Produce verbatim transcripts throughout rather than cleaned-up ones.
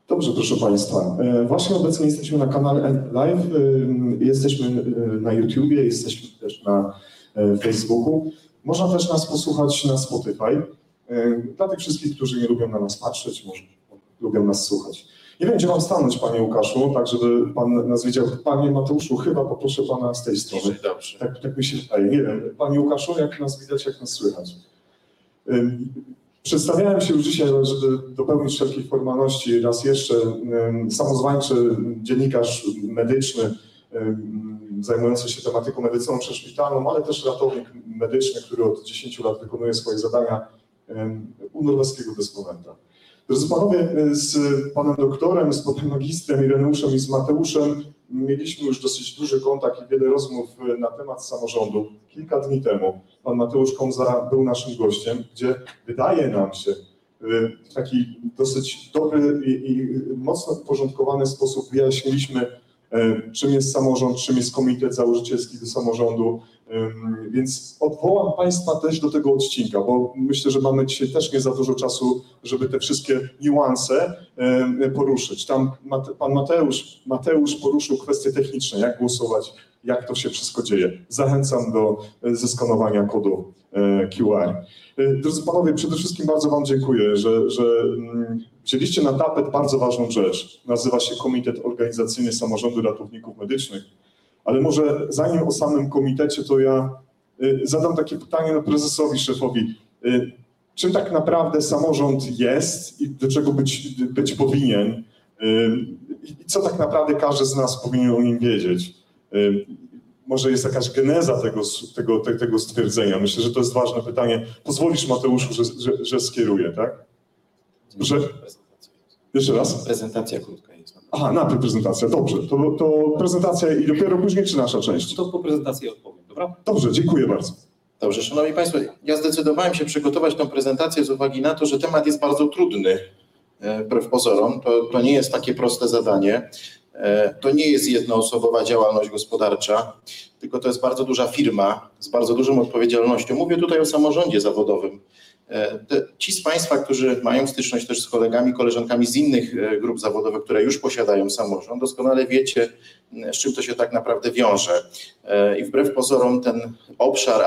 Dobrze, proszę Państwa. Właśnie obecnie jesteśmy na kanale Live, jesteśmy na YouTubie, jesteśmy też na Facebooku. Można też nas posłuchać na Spotify. Dla tych wszystkich, którzy nie lubią na nas patrzeć, może lubią nas słuchać. Nie wiem, gdzie mam stanąć, Panie Łukaszu, tak żeby Pan nas widział. Panie Mateuszu, chyba poproszę Pana z tej strony. Dobrze. Tak, tak mi się wydaje. Nie wiem, Panie Łukaszu, jak nas widać, jak nas słychać? Przedstawiałem się już dzisiaj, żeby dopełnić wszelkich formalności. Raz jeszcze samozwańczy dziennikarz medyczny, zajmujący się tematyką medycyną przeszpitalną, ale też ratownik medyczny, który od dziesięciu lat wykonuje swoje zadania u norweskiego dysponenta. Drodzy Panowie, z Panem doktorem, z Panem magistrem Ireneuszem i z Mateuszem mieliśmy już dosyć duży kontakt i wiele rozmów na temat samorządu. Kilka dni temu Pan Mateusz Komza był naszym gościem, gdzie wydaje nam się w taki dosyć dobry i, i mocno uporządkowany sposób wyjaśniliśmy, czym jest samorząd, czym jest komitet założycielski do samorządu, więc odwołam Państwa też do tego odcinka, bo myślę, że mamy dzisiaj też nie za dużo czasu, żeby te wszystkie niuanse poruszyć. Tam Pan Mateusz, Mateusz poruszył kwestie techniczne, jak głosować, jak to się wszystko dzieje. Zachęcam do zeskanowania kodu Q R. Drodzy Panowie, przede wszystkim bardzo Wam dziękuję, że, że wzięliście na tapet bardzo ważną rzecz. Nazywa się Komitet Organizacyjny Samorządu Ratowników Medycznych. Ale może zanim o samym komitecie, to ja zadam takie pytanie no prezesowi, szefowi. Czym tak naprawdę samorząd jest i do czego być, być powinien? I co tak naprawdę każdy z nas powinien o nim wiedzieć? Może jest jakaś geneza tego, tego, tego stwierdzenia? Myślę, że to jest ważne pytanie. Pozwolisz, Mateuszu, że, że, że skieruję, tak? Proszę? Jeszcze raz? Prezentacja krótka jest. Aha, najpierw prezentacja, dobrze. To, to prezentacja i dopiero później, czy nasza część? To po prezentacji odpowiem, dobra? Dobrze, dziękuję bardzo. Dobrze, Szanowni Państwo, ja zdecydowałem się przygotować tę prezentację z uwagi na to, że temat jest bardzo trudny, wbrew pozorom. To, to nie jest takie proste zadanie. To nie jest jednoosobowa działalność gospodarcza, tylko to jest bardzo duża firma z bardzo dużą odpowiedzialnością. Mówię tutaj o samorządzie zawodowym. Ci z Państwa, którzy mają styczność też z kolegami, koleżankami z innych grup zawodowych, które już posiadają samorząd, doskonale wiecie, z czym to się tak naprawdę wiąże. I wbrew pozorom ten obszar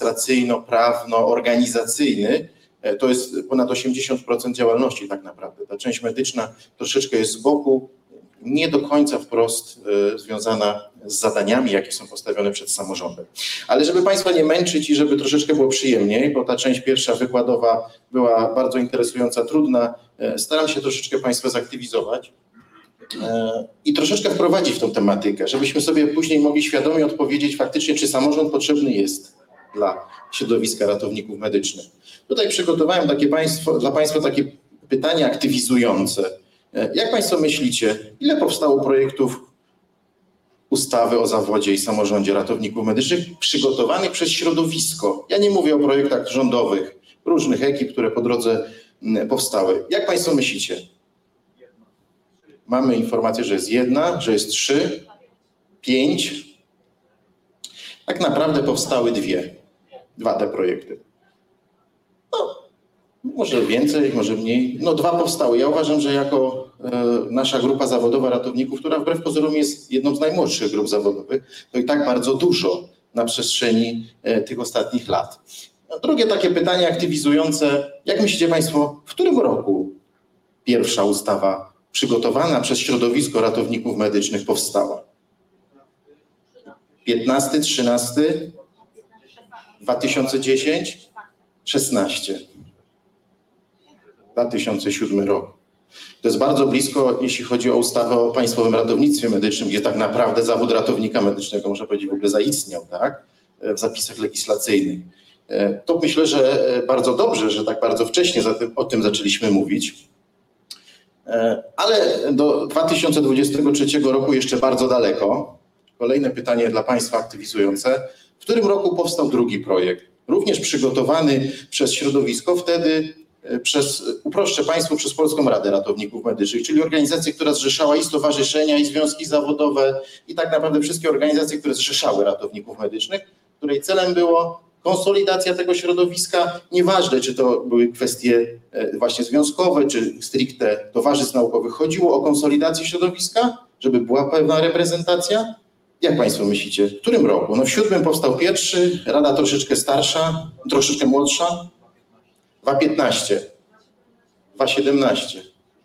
administracyjno-prawno-organizacyjny to jest ponad osiemdziesiąt procent działalności tak naprawdę. Ta część medyczna troszeczkę jest z boku, nie do końca wprost y, związana z zadaniami, jakie są postawione przed samorządem. Ale żeby Państwa nie męczyć i żeby troszeczkę było przyjemniej, bo ta część pierwsza wykładowa była bardzo interesująca, trudna, y, staram się troszeczkę Państwa zaktywizować y, i troszeczkę wprowadzić w tą tematykę, żebyśmy sobie później mogli świadomie odpowiedzieć faktycznie, czy samorząd potrzebny jest dla środowiska ratowników medycznych. Tutaj przygotowałem takie państwo, dla Państwa takie pytania aktywizujące. Jak Państwo myślicie, ile powstało projektów ustawy o zawodzie i samorządzie ratowników medycznych przygotowanych przez środowisko? Ja nie mówię o projektach rządowych, różnych ekip, które po drodze powstały. Jak Państwo myślicie? Mamy informację, że jest jedna, że jest trzy, pięć. Tak naprawdę powstały dwie, dwa te projekty. No. Może więcej, może mniej. No dwa powstały. Ja uważam, że jako e, nasza grupa zawodowa ratowników, która wbrew pozorom jest jedną z najmłodszych grup zawodowych, to i tak bardzo dużo na przestrzeni e, tych ostatnich lat. No, drugie takie pytanie aktywizujące. Jak myślicie Państwo, w którym roku pierwsza ustawa przygotowana przez środowisko ratowników medycznych powstała? piętnasty, trzynasty, dwa tysiące dziesiąty, szesnasty. dwa tysiące siódmy rok. To jest bardzo blisko, jeśli chodzi o ustawę o Państwowym Ratownictwie Medycznym, gdzie tak naprawdę zawód ratownika medycznego, można powiedzieć, w ogóle zaistniał, tak? W zapisach legislacyjnych. To myślę, że bardzo dobrze, że tak bardzo wcześnie o tym zaczęliśmy mówić. Ale do dwa tysiące dwudziestego trzeciego roku jeszcze bardzo daleko. Kolejne pytanie dla Państwa aktywizujące. W którym roku powstał drugi projekt? Również przygotowany przez środowisko, wtedy przez, uproszczę Państwu, przez Polską Radę Ratowników Medycznych, czyli organizację, która zrzeszała i stowarzyszenia, i związki zawodowe, i tak naprawdę wszystkie organizacje, które zrzeszały ratowników medycznych, której celem było Konsolidacja tego środowiska, nieważne, czy to były kwestie właśnie związkowe, czy stricte towarzystw naukowych. Chodziło o konsolidację środowiska, żeby była pewna reprezentacja. Jak Państwo myślicie, w którym roku? No w siódmym powstał pierwszy, Rada troszeczkę starsza, troszeczkę młodsza. dwa piętnaście, dwa siedemnaście,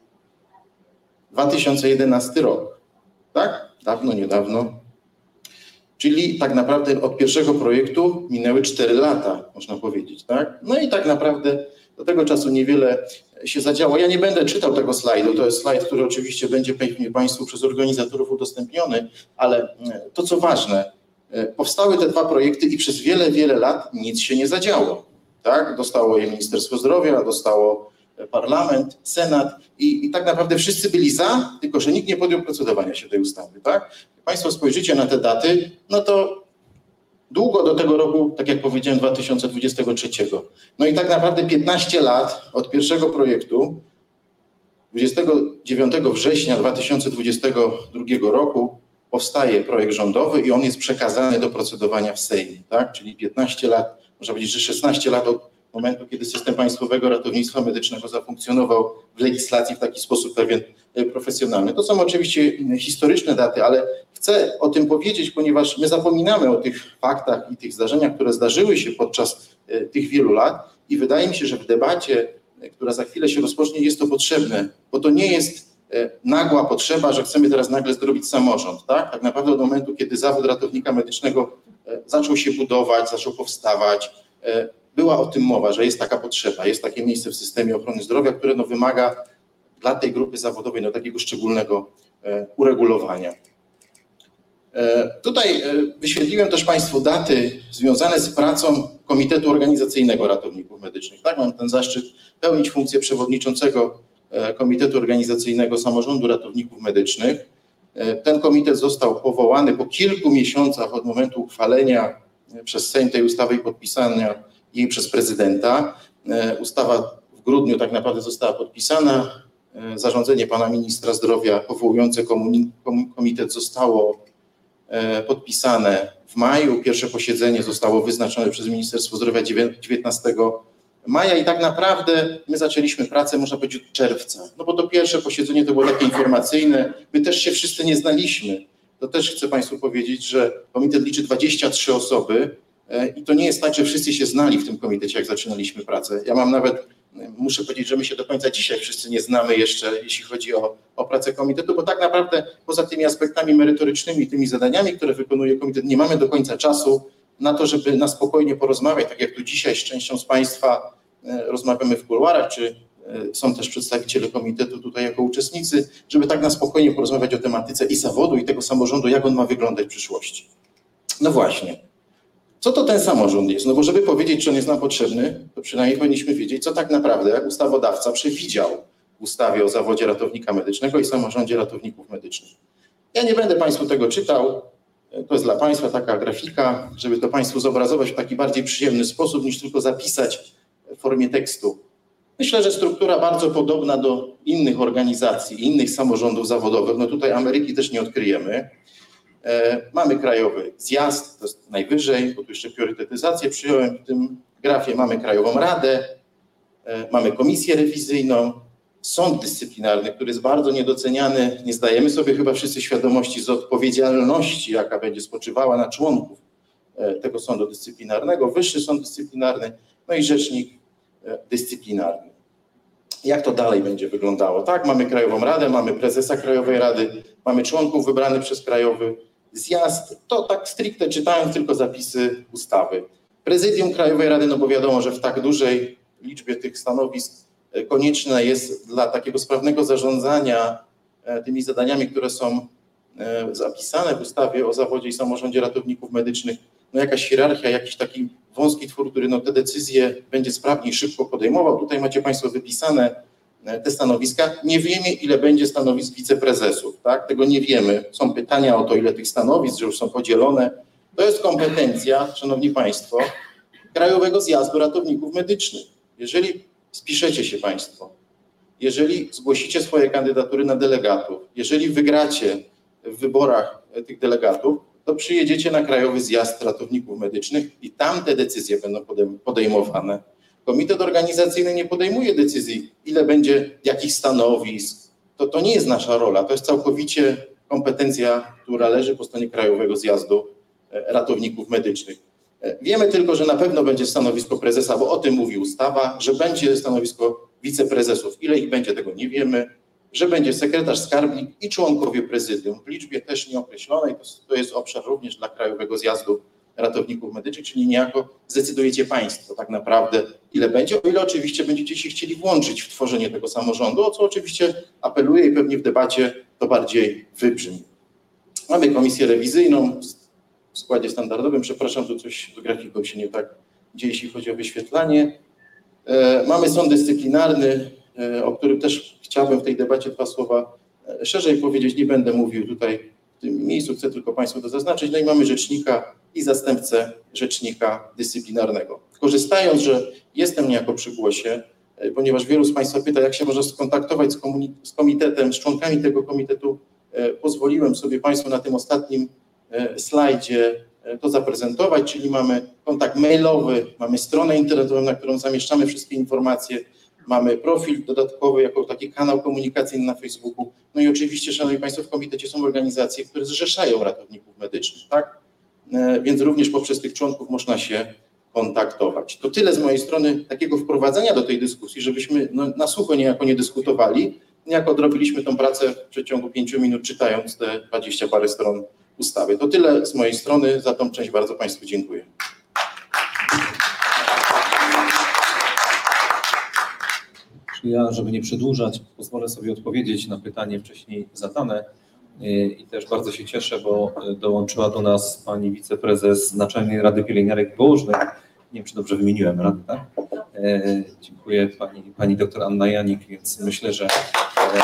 dwa tysiące jedenasty rok. Tak? Dawno, niedawno. Czyli tak naprawdę od pierwszego projektu minęły cztery lata, można powiedzieć, tak? No i tak naprawdę do tego czasu niewiele się zadziało. Ja nie będę czytał tego slajdu, to jest slajd, który oczywiście będzie pewnie Państwu przez organizatorów udostępniony, ale to co ważne, powstały te dwa projekty i przez wiele, wiele lat nic się nie zadziało, tak? Dostało je Ministerstwo Zdrowia, dostało Parlament, Senat i, i tak naprawdę wszyscy byli za, tylko że nikt nie podjął procedowania się tej ustawy, tak? Jak Państwo spojrzycie na te daty, no to długo do tego roku, tak jak powiedziałem, dwa tysiące dwudziestego trzeciego. No i tak naprawdę piętnaście lat od pierwszego projektu, dwudziestego dziewiątego września dwa tysiące dwudziestego drugiego roku powstaje projekt rządowy i on jest przekazany do procedowania w Sejmie, tak? Czyli piętnaście lat, można powiedzieć, że szesnaście lat od momentu, kiedy system Państwowego Ratownictwa Medycznego zafunkcjonował w legislacji w taki sposób pewien profesjonalny. To są oczywiście historyczne daty, ale chcę o tym powiedzieć, ponieważ my zapominamy o tych faktach i tych zdarzeniach, które zdarzyły się podczas tych wielu lat i wydaje mi się, że w debacie, która za chwilę się rozpocznie, jest to potrzebne, bo to nie jest nagła potrzeba, że chcemy teraz nagle zrobić samorząd, tak? Tak naprawdę od momentu, kiedy zawód ratownika medycznego zaczął się budować, zaczął powstawać, była o tym mowa, że jest taka potrzeba, jest takie miejsce w systemie ochrony zdrowia, które no wymaga dla tej grupy zawodowej no takiego szczególnego e, uregulowania. E, tutaj e, wyświetliłem też Państwu daty związane z pracą Komitetu Organizacyjnego Ratowników Medycznych. Tak, mam ten zaszczyt pełnić funkcję przewodniczącego e, Komitetu Organizacyjnego Samorządu Ratowników Medycznych. E, ten komitet został powołany po kilku miesiącach od momentu uchwalenia e, przez Sejm tej ustawy i podpisania jej przez prezydenta. Ustawa w grudniu tak naprawdę została podpisana. Zarządzenie pana ministra zdrowia powołujące komitet zostało podpisane w maju. Pierwsze posiedzenie zostało wyznaczone przez Ministerstwo Zdrowia dziewiętnastego maja i tak naprawdę my zaczęliśmy pracę, można powiedzieć, od czerwca. No bo to pierwsze posiedzenie to było takie informacyjne. My też się wszyscy nie znaliśmy. To też chcę Państwu powiedzieć, że komitet liczy dwadzieścia trzy osoby. I to nie jest tak, że wszyscy się znali w tym komitecie, jak zaczynaliśmy pracę. Ja mam nawet, muszę powiedzieć, że my się do końca dzisiaj wszyscy nie znamy jeszcze, jeśli chodzi o, o pracę komitetu, bo tak naprawdę poza tymi aspektami merytorycznymi, tymi zadaniami, które wykonuje komitet, nie mamy do końca czasu na to, żeby na spokojnie porozmawiać, tak jak tu dzisiaj z częścią z Państwa rozmawiamy w kuluarach, czy są też przedstawiciele komitetu tutaj jako uczestnicy, żeby tak na spokojnie porozmawiać o tematyce i zawodu, i tego samorządu, jak on ma wyglądać w przyszłości. No właśnie. Co to ten samorząd jest? No bo żeby powiedzieć, czy on jest nam potrzebny, to przynajmniej powinniśmy wiedzieć, co tak naprawdę ustawodawca przewidział w ustawie o zawodzie ratownika medycznego i samorządzie ratowników medycznych. Ja nie będę Państwu tego czytał, to jest dla Państwa taka grafika, żeby to Państwu zobrazować w taki bardziej przyjemny sposób, niż tylko zapisać w formie tekstu. Myślę, że struktura bardzo podobna do innych organizacji, innych samorządów zawodowych. No tutaj Ameryki też nie odkryjemy. Mamy krajowy zjazd, to jest najwyżej, bo tu jeszcze priorytetyzację przyjąłem w tym grafie. Mamy Krajową Radę, mamy Komisję Rewizyjną, Sąd Dyscyplinarny, który jest bardzo niedoceniany. Nie zdajemy sobie chyba wszyscy świadomości z odpowiedzialności, jaka będzie spoczywała na członków tego Sądu Dyscyplinarnego, Wyższy Sąd Dyscyplinarny, no i Rzecznik Dyscyplinarny. Jak to dalej będzie wyglądało? Tak, mamy Krajową Radę, mamy prezesa Krajowej Rady, mamy członków wybranych przez Krajowy Zjazd. To tak stricte czytając tylko zapisy ustawy. Prezydium Krajowej Rady, no bo wiadomo, że w tak dużej liczbie tych stanowisk konieczne jest dla takiego sprawnego zarządzania tymi zadaniami, które są zapisane w ustawie o zawodzie i samorządzie ratowników medycznych, no jakaś hierarchia, jakiś taki wąski twór, który no te decyzje będzie sprawnie i szybko podejmował. Tutaj macie Państwo wypisane te stanowiska. Nie wiemy, ile będzie stanowisk wiceprezesów, tak? Tego nie wiemy. Są pytania o to, ile tych stanowisk, że już są podzielone. To jest kompetencja, Szanowni Państwo, Krajowego Zjazdu Ratowników Medycznych. Jeżeli spiszecie się Państwo, jeżeli zgłosicie swoje kandydatury na delegatów, jeżeli wygracie w wyborach tych delegatów, to przyjedziecie na Krajowy Zjazd Ratowników Medycznych i tam te decyzje będą podejmowane. Komitet organizacyjny nie podejmuje decyzji, ile będzie jakich stanowisk. To, to nie jest nasza rola, to jest całkowicie kompetencja, która leży po stronie Krajowego Zjazdu Ratowników Medycznych. Wiemy tylko, że na pewno będzie stanowisko prezesa, bo o tym mówi ustawa, że będzie stanowisko wiceprezesów. Ile ich będzie, tego nie wiemy. Że będzie sekretarz, skarbnik i członkowie prezydium w liczbie też nieokreślonej. To jest obszar również dla Krajowego Zjazdu Ratowników Medycznych, czyli niejako zdecydujecie Państwo tak naprawdę, ile będzie, o ile oczywiście będziecie się chcieli włączyć w tworzenie tego samorządu, o co oczywiście apeluję i pewnie w debacie to bardziej wybrzmi. Mamy komisję rewizyjną w składzie standardowym. Przepraszam, tu coś z grafiką się nie tak dzieje, jeśli chodzi o wyświetlanie. Mamy sąd dyscyplinarny, o którym też chciałbym w tej debacie dwa słowa szerzej powiedzieć. Nie będę mówił tutaj w tym miejscu, chcę tylko Państwu to zaznaczyć. No i mamy rzecznika i zastępcę rzecznika dyscyplinarnego. Korzystając, że jestem niejako przy głosie, ponieważ wielu z Państwa pyta, jak się można skontaktować z, z komitetem, z członkami tego komitetu, pozwoliłem sobie Państwu na tym ostatnim slajdzie to zaprezentować, czyli mamy kontakt mailowy, mamy stronę internetową, na którą zamieszczamy wszystkie informacje, mamy profil dodatkowy jako taki kanał komunikacyjny na Facebooku. No i oczywiście, Szanowni Państwo, w komitecie są organizacje, które zrzeszają ratowników medycznych, tak? Więc również poprzez tych członków można się kontaktować. To tyle z mojej strony takiego wprowadzenia do tej dyskusji, żebyśmy no, na sucho niejako nie dyskutowali, niejako odrobiliśmy tą pracę w przeciągu pięciu minut, czytając te dwadzieścia parę stron ustawy. To tyle z mojej strony. Za tą część bardzo Państwu dziękuję. Ja, żeby nie przedłużać, pozwolę sobie odpowiedzieć na pytanie wcześniej zadane i też bardzo się cieszę, bo dołączyła do nas pani wiceprezes Naczelnej Rady Pielęgniarek i Położnych. Nie wiem, czy dobrze wymieniłem radę, tak? E, dziękuję pani, pani doktor Anna Janik, więc myślę, że e,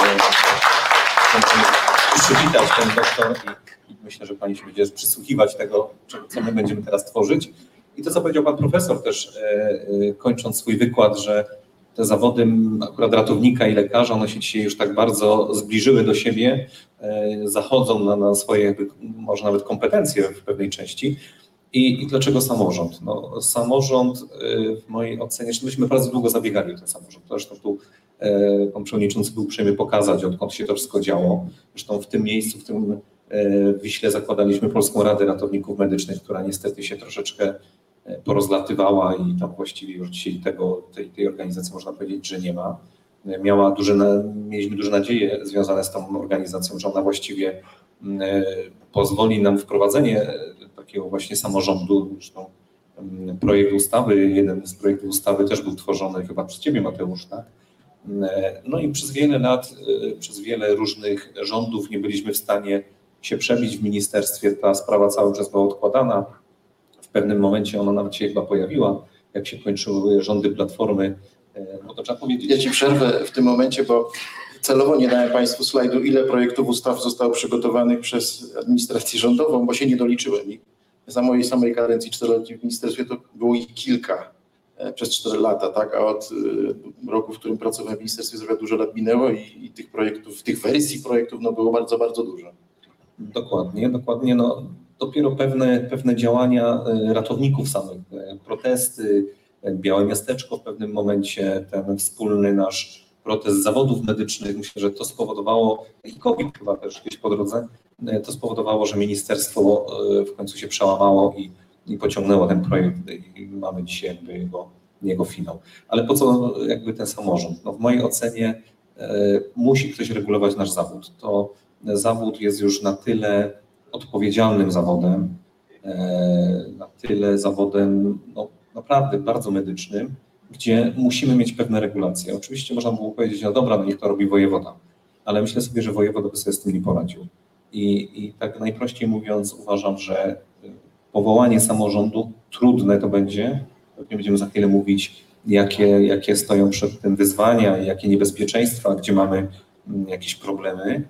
będziemy przywitać ten doktor i, i myślę, że pani się będzie przysłuchiwać tego, co my będziemy teraz tworzyć. I to, co powiedział pan profesor też, e, e, kończąc swój wykład, że te zawody akurat ratownika i lekarza, one się dzisiaj już tak bardzo zbliżyły do siebie, zachodzą na, na swoje, jakby, może nawet kompetencje w pewnej części. I, i dlaczego samorząd? No, samorząd w mojej ocenie, że myśmy bardzo długo zabiegali o ten samorząd. Zresztą tu pan przewodniczący był uprzejmy pokazać, odkąd się to wszystko działo. Zresztą w tym miejscu, w tym w Wiśle zakładaliśmy Polską Radę Ratowników Medycznych, która niestety się troszeczkę porozlatywała i tam właściwie już dzisiaj tego, tej, tej organizacji można powiedzieć, że nie ma. Miała duże, mieliśmy duże nadzieje związane z tą organizacją, że ona właściwie pozwoli nam wprowadzenie takiego właśnie samorządu. Zresztą projekt ustawy, jeden z projektów ustawy też był tworzony chyba przez Ciebie, Mateusz, tak? No i przez wiele lat, przez wiele różnych rządów nie byliśmy w stanie się przebić w ministerstwie. Ta sprawa cały czas była odkładana. W pewnym momencie ona nawet się chyba pojawiła, jak się kończyły rządy Platformy, no to trzeba powiedzieć. Ja Ci przerwę w tym momencie, bo celowo nie dałem Państwu slajdu, ile projektów ustaw zostało przygotowanych przez administrację rządową, bo się nie doliczyłem ich. Za mojej samej kadencji czteroletniej w ministerstwie to było ich kilka przez cztery lata, tak? A od roku, w którym pracowałem w Ministerstwie Zdrowia, dużo lat minęło i, i tych projektów, tych wersji projektów no było bardzo, bardzo dużo. Dokładnie, dokładnie. No, dopiero pewne, pewne działania ratowników samych, protesty, Białe Miasteczko w pewnym momencie, ten wspólny nasz protest zawodów medycznych, myślę, że to spowodowało, i COVID chyba też gdzieś po drodze, to spowodowało, że ministerstwo w końcu się przełamało i, i pociągnęło ten projekt i mamy dzisiaj jakby jego, jego finał. Ale po co jakby ten samorząd? No w mojej ocenie e, musi ktoś regulować nasz zawód. To zawód jest już na tyle odpowiedzialnym zawodem, e, na tyle zawodem no, naprawdę bardzo medycznym, gdzie musimy mieć pewne regulacje. Oczywiście można było powiedzieć, no dobra, no niech to robi wojewoda, ale myślę sobie, że wojewoda by sobie z tym nie poradził. I, i tak najprościej mówiąc uważam, że powołanie samorządu trudne to będzie, pewnie będziemy za chwilę mówić, jakie, jakie stoją przed tym wyzwania, jakie niebezpieczeństwa, gdzie mamy jakieś problemy.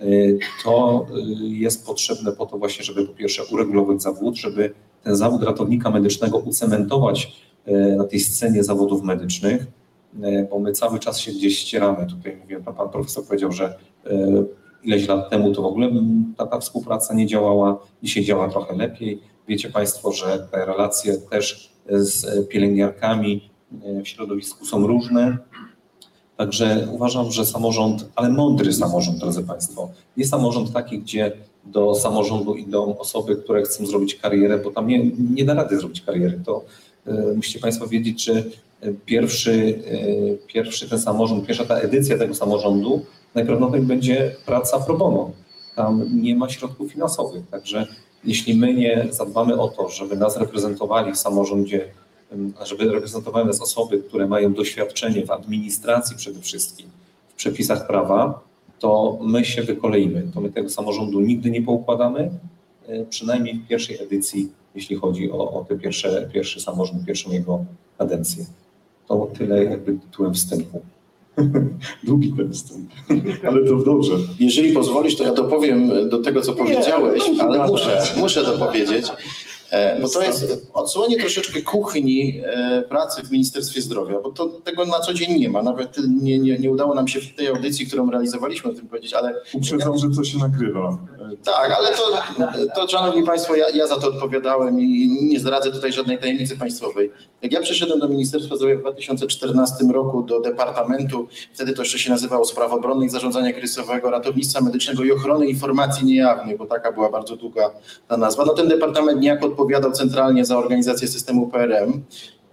To jest potrzebne po to właśnie, żeby po pierwsze uregulować zawód, żeby ten zawód ratownika medycznego ucementować na tej scenie zawodów medycznych, bo my cały czas się gdzieś ścieramy. Tutaj mówiłem, pan profesor powiedział, że ileś lat temu to w ogóle ta, ta współpraca nie działała, dzisiaj działa trochę lepiej. Wiecie Państwo, że te relacje też z pielęgniarkami w środowisku są różne. Także uważam, że samorząd, ale mądry samorząd, drodzy Państwo, nie samorząd taki, gdzie do samorządu idą osoby, które chcą zrobić karierę, bo tam nie, nie da rady zrobić kariery. To y, musicie Państwo wiedzieć, że pierwszy, y, pierwszy ten samorząd, pierwsza ta edycja tego samorządu najprawdopodobniej będzie praca pro bono. Tam nie ma środków finansowych, także jeśli my nie zadbamy o to, żeby nas reprezentowali w samorządzie, żeby reprezentowały nas osoby, które mają doświadczenie w administracji przede wszystkim, w przepisach prawa, to my się wykoleimy. To my tego samorządu nigdy nie poukładamy, przynajmniej w pierwszej edycji, jeśli chodzi o, o te pierwsze, pierwszy samorząd, pierwszą jego kadencję. To tyle jakby tytułem wstępu. Długi ten wstęp, ale to dobrze. Jeżeli pozwolisz, to ja dopowiem do tego, co powiedziałeś, Nie, ale nie, muszę, nie. muszę dopowiedzieć. Bo to jest odsłonię troszeczkę kuchni pracy w Ministerstwie Zdrowia, bo to, tego na co dzień nie ma. Nawet nie, nie, nie udało nam się w tej audycji, którą realizowaliśmy, o tym powiedzieć, ale... Uprzedzam, że to się nagrywa. Tak, ale to, to szanowni Państwo, ja, ja za to odpowiadałem i nie zdradzę tutaj żadnej tajemnicy państwowej. Jak ja przyszedłem do Ministerstwa Zdrowia w dwa tysiące czternastym roku do Departamentu, wtedy to jeszcze się nazywało Spraw Obronnych, Zarządzania Kryzysowego, Ratownictwa Medycznego i Ochrony Informacji Niejawnych, bo taka była bardzo długa ta nazwa. No ten departament niejako odpowiadał centralnie za organizację systemu P R M,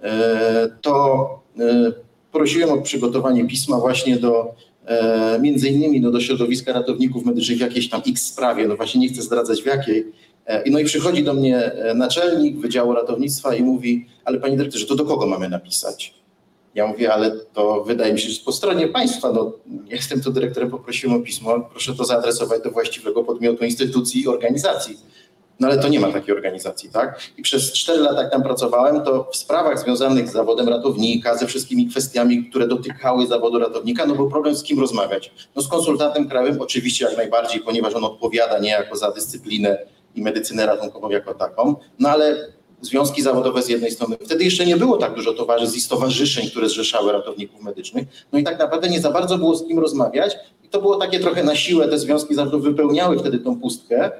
to prosiłem o przygotowanie pisma właśnie do między innymi no, do środowiska ratowników medycznych w jakiejś tam X sprawie, no właśnie nie chcę zdradzać w jakiej. No i przychodzi do mnie naczelnik Wydziału Ratownictwa i mówi, ale panie dyrektorze, to do kogo mamy napisać? Ja mówię, ale to wydaje mi się, że jest po stronie państwa, no jestem tu dyrektorem, poprosiłem o pismo, proszę to zaadresować do właściwego podmiotu, instytucji i organizacji. No ale to nie ma takiej organizacji, tak? I przez cztery lata, jak tam pracowałem, to w sprawach związanych z zawodem ratownika, ze wszystkimi kwestiami, które dotykały zawodu ratownika, no był problem z kim rozmawiać. No z konsultantem krajowym oczywiście jak najbardziej, ponieważ on odpowiada niejako za dyscyplinę i medycynę ratunkową jako taką, no ale związki zawodowe z jednej strony. Wtedy jeszcze nie było tak dużo towarzystw i stowarzyszeń, które zrzeszały ratowników medycznych, no i tak naprawdę nie za bardzo było z kim rozmawiać i to było takie trochę na siłę, te związki zawodowe wypełniały wtedy tą pustkę,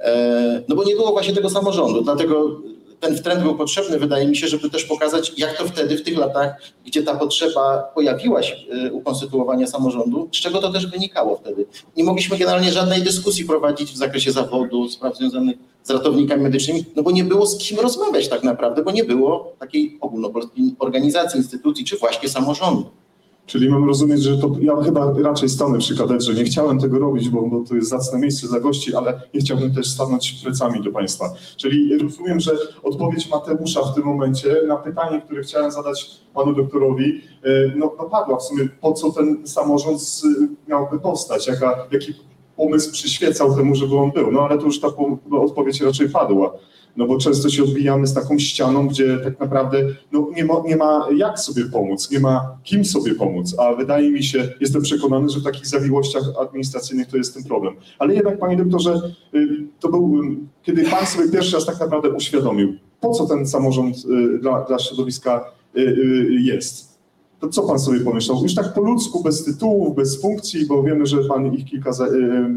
no bo nie było właśnie tego samorządu, dlatego ten trend był potrzebny, wydaje mi się, żeby też pokazać, jak to wtedy w tych latach, gdzie ta potrzeba pojawiła się ukonstytuowania samorządu, z czego to też wynikało wtedy. Nie mogliśmy generalnie żadnej dyskusji prowadzić w zakresie zawodu, spraw związanych z ratownikami medycznymi, no bo nie było z kim rozmawiać tak naprawdę, bo nie było takiej ogólnopolskiej organizacji, instytucji, czy właśnie samorządu. Czyli mam rozumieć, że to ja chyba raczej stanę przy katedrze. Nie chciałem tego robić, bo, bo to jest zacne miejsce dla gości, ale nie chciałbym też stanąć plecami do Państwa. Czyli rozumiem, że odpowiedź Mateusza w tym momencie na pytanie, które chciałem zadać panu doktorowi, no, no padła w sumie, po co ten samorząd miałby powstać, jaka, jaki pomysł przyświecał temu, żeby on był. No ale to już ta odpowiedź raczej padła. No bo często się odbijamy z taką ścianą, gdzie tak naprawdę no, nie, ma, nie ma jak sobie pomóc, nie ma kim sobie pomóc, a wydaje mi się, jestem przekonany, że w takich zawiłościach administracyjnych to jest ten problem. Ale jednak, panie doktorze, to był, kiedy pan sobie pierwszy raz tak naprawdę uświadomił, po co ten samorząd dla, dla środowiska jest. To co pan sobie pomyślał? Już tak po ludzku, bez tytułów, bez funkcji, bo wiemy, że pan ich kilka za, y, y,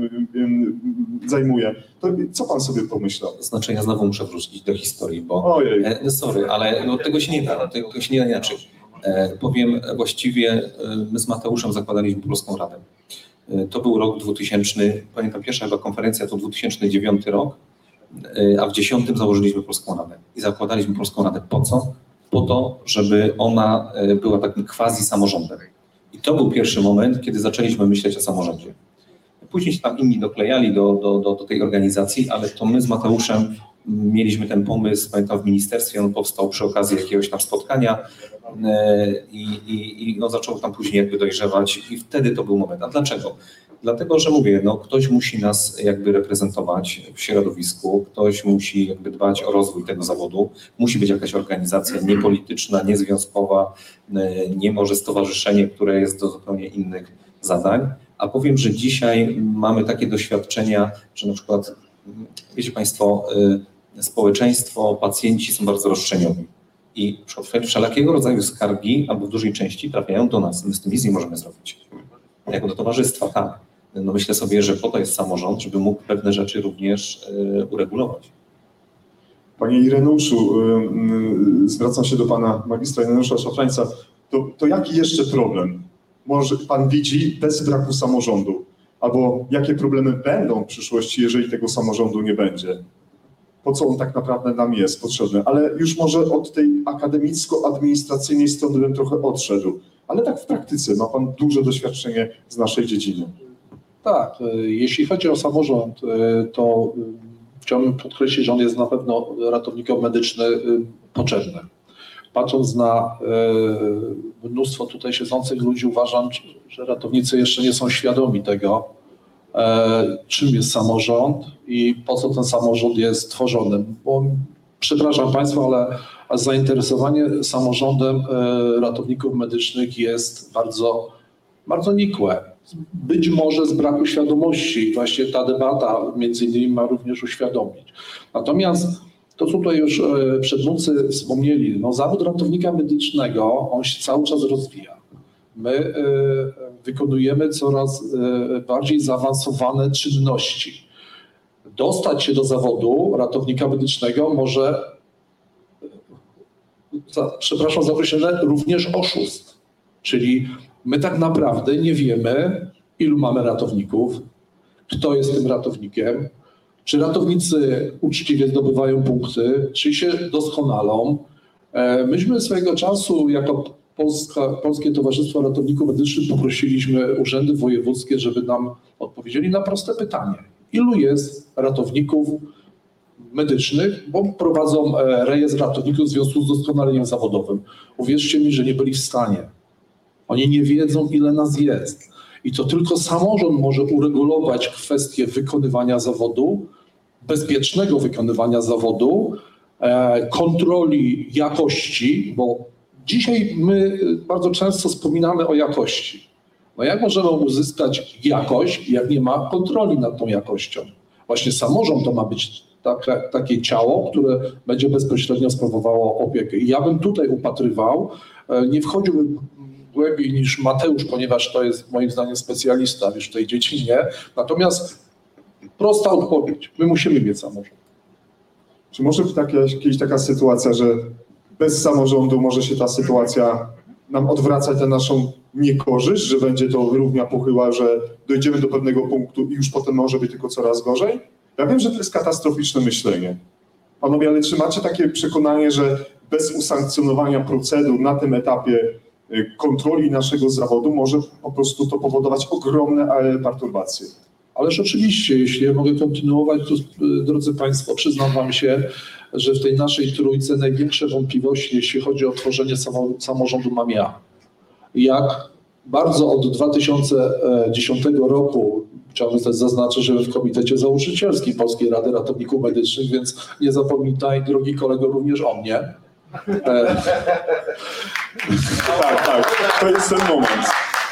y, zajmuje. To co pan sobie pomyślał? Znaczy ja znowu muszę wrócić do historii, bo Ojej. E, sorry, ale no, tego się nie da, tego, tego się nie da inaczej. E, powiem właściwie, e, my z Mateuszem zakładaliśmy Polską Radę. E, to był rok dwutysięczny, pamiętam pierwsza chyba konferencja to dwa tysiące dziewiąty rok, e, a w dziesiątym założyliśmy Polską Radę. I zakładaliśmy Polską Radę po co? Po to, żeby ona była takim quasi samorządem. I to był pierwszy moment, kiedy zaczęliśmy myśleć o samorządzie. Później się tam inni doklejali do, do, do, do tej organizacji, ale to my z Mateuszem mieliśmy ten pomysł, pamiętam w ministerstwie, on powstał przy okazji jakiegoś tam spotkania i, i, i no, zaczął tam później jakby dojrzewać i wtedy to był moment. A dlaczego? Dlatego, że mówię, no ktoś musi nas jakby reprezentować w środowisku, ktoś musi jakby dbać o rozwój tego zawodu, musi być jakaś organizacja niepolityczna, niezwiązkowa, nie może stowarzyszenie, które jest do zupełnie innych zadań. A powiem, że dzisiaj mamy takie doświadczenia, że na przykład, wiecie Państwo, społeczeństwo, pacjenci są bardzo roszczeniowi i wszelakiego rodzaju skargi albo w dużej części trafiają do nas. My z tym nic nie możemy zrobić. Jako do towarzystwa, tak. no myślę sobie, że po to jest samorząd, żeby mógł pewne rzeczy również uregulować. Panie Ireneuszu, zwracam się do pana magistra Ireneusza Szafrańca. To, to jaki jeszcze problem może pan widzi bez braku samorządu? Albo jakie problemy będą w przyszłości, jeżeli tego samorządu nie będzie? Po co on tak naprawdę nam jest potrzebny? Ale już może od tej akademicko-administracyjnej strony bym trochę odszedł. Ale tak w praktyce ma pan duże doświadczenie z naszej dziedziny. Tak, jeśli chodzi o samorząd, to chciałbym podkreślić, że on jest na pewno ratownikom medycznym potrzebny. Patrząc na mnóstwo tutaj siedzących ludzi, uważam, że ratownicy jeszcze nie są świadomi tego, czym jest samorząd i po co ten samorząd jest tworzony. Bo, przepraszam Państwa, ale zainteresowanie samorządem ratowników medycznych jest bardzo, bardzo nikłe. Być może z braku świadomości. Właśnie ta debata między innymi ma również uświadomić. Natomiast to, co tutaj już przedmówcy wspomnieli, no zawód ratownika medycznego, on się cały czas rozwija. My wykonujemy coraz bardziej zaawansowane czynności. Dostać się do zawodu ratownika medycznego może, za, przepraszam za określenie, również oszust. Czyli my tak naprawdę nie wiemy, ilu mamy ratowników, kto jest tym ratownikiem, czy ratownicy uczciwie zdobywają punkty, czy się doskonalą. Myśmy swojego czasu jako Polska, Polskie Towarzystwo Ratowników Medycznych poprosiliśmy urzędy wojewódzkie, żeby nam odpowiedzieli na proste pytanie. Ilu jest ratowników medycznych, bo prowadzą rejestr ratowników w związku z doskonaleniem zawodowym. Uwierzcie mi, że nie byli w stanie. Oni nie wiedzą, ile nas jest. I to tylko samorząd może uregulować kwestię wykonywania zawodu, bezpiecznego wykonywania zawodu, kontroli jakości, bo dzisiaj my bardzo często wspominamy o jakości. No jak możemy uzyskać jakość, jak nie ma kontroli nad tą jakością? Właśnie samorząd to ma być takie, takie ciało, które będzie bezpośrednio sprawowało opiekę. I ja bym tutaj upatrywał, nie wchodziłbym głębiej niż Mateusz, ponieważ to jest moim zdaniem specjalista już w tej dziedzinie. Natomiast prosta odpowiedź. My musimy mieć samorząd. Czy może być taka, jakaś taka sytuacja, że bez samorządu może się ta sytuacja nam odwracać tę naszą niekorzyść, że będzie to równia pochyła, że dojdziemy do pewnego punktu i już potem może być tylko coraz gorzej? Ja wiem, że to jest katastroficzne myślenie. Panowie, ale czy macie takie przekonanie, że bez usankcjonowania procedur na tym etapie kontroli naszego zawodu może po prostu to powodować ogromne perturbacje? Ależ oczywiście, jeśli ja mogę kontynuować, to drodzy Państwo, przyznam Wam się, że w tej naszej trójce największe wątpliwości, jeśli chodzi o tworzenie samorządu, mam ja. Jak bardzo od dwa tysiące dziesiątego roku, chciałbym też zaznaczyć, że w Komitecie Założycielskim Polskiej Rady Ratowników Medycznych, więc nie zapomnij, drogi kolego, również o mnie. Tak, tak, to jest ten moment.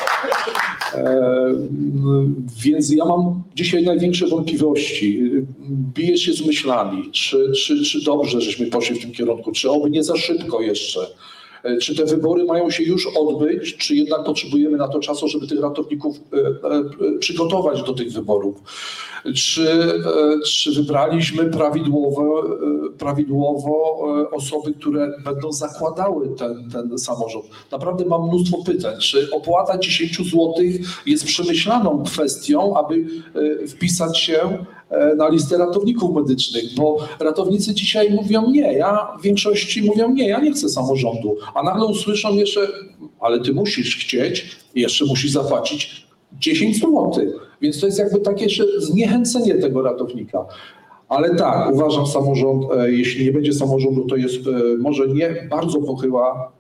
E, więc ja mam dzisiaj największe wątpliwości. Biję się z myślami, czy, czy, czy dobrze żeśmy poszli w tym kierunku, czy oby nie za szybko jeszcze. Czy te wybory mają się już odbyć, czy jednak potrzebujemy na to czasu, żeby tych ratowników przygotować do tych wyborów? Czy, czy wybraliśmy prawidłowo, prawidłowo osoby, które będą zakładały ten, ten samorząd? Naprawdę mam mnóstwo pytań. Czy opłata dziesięć złotych jest przemyślaną kwestią, aby wpisać się na listę ratowników medycznych? Bo ratownicy dzisiaj mówią nie, ja w większości mówią nie, ja nie chcę samorządu. A nagle usłyszą jeszcze, ale ty musisz chcieć i jeszcze musisz zapłacić dziesięć złotych. Więc to jest jakby takie jeszcze zniechęcenie tego ratownika. Ale tak, uważam, samorząd, jeśli nie będzie samorządu, to jest może nie bardzo pochyła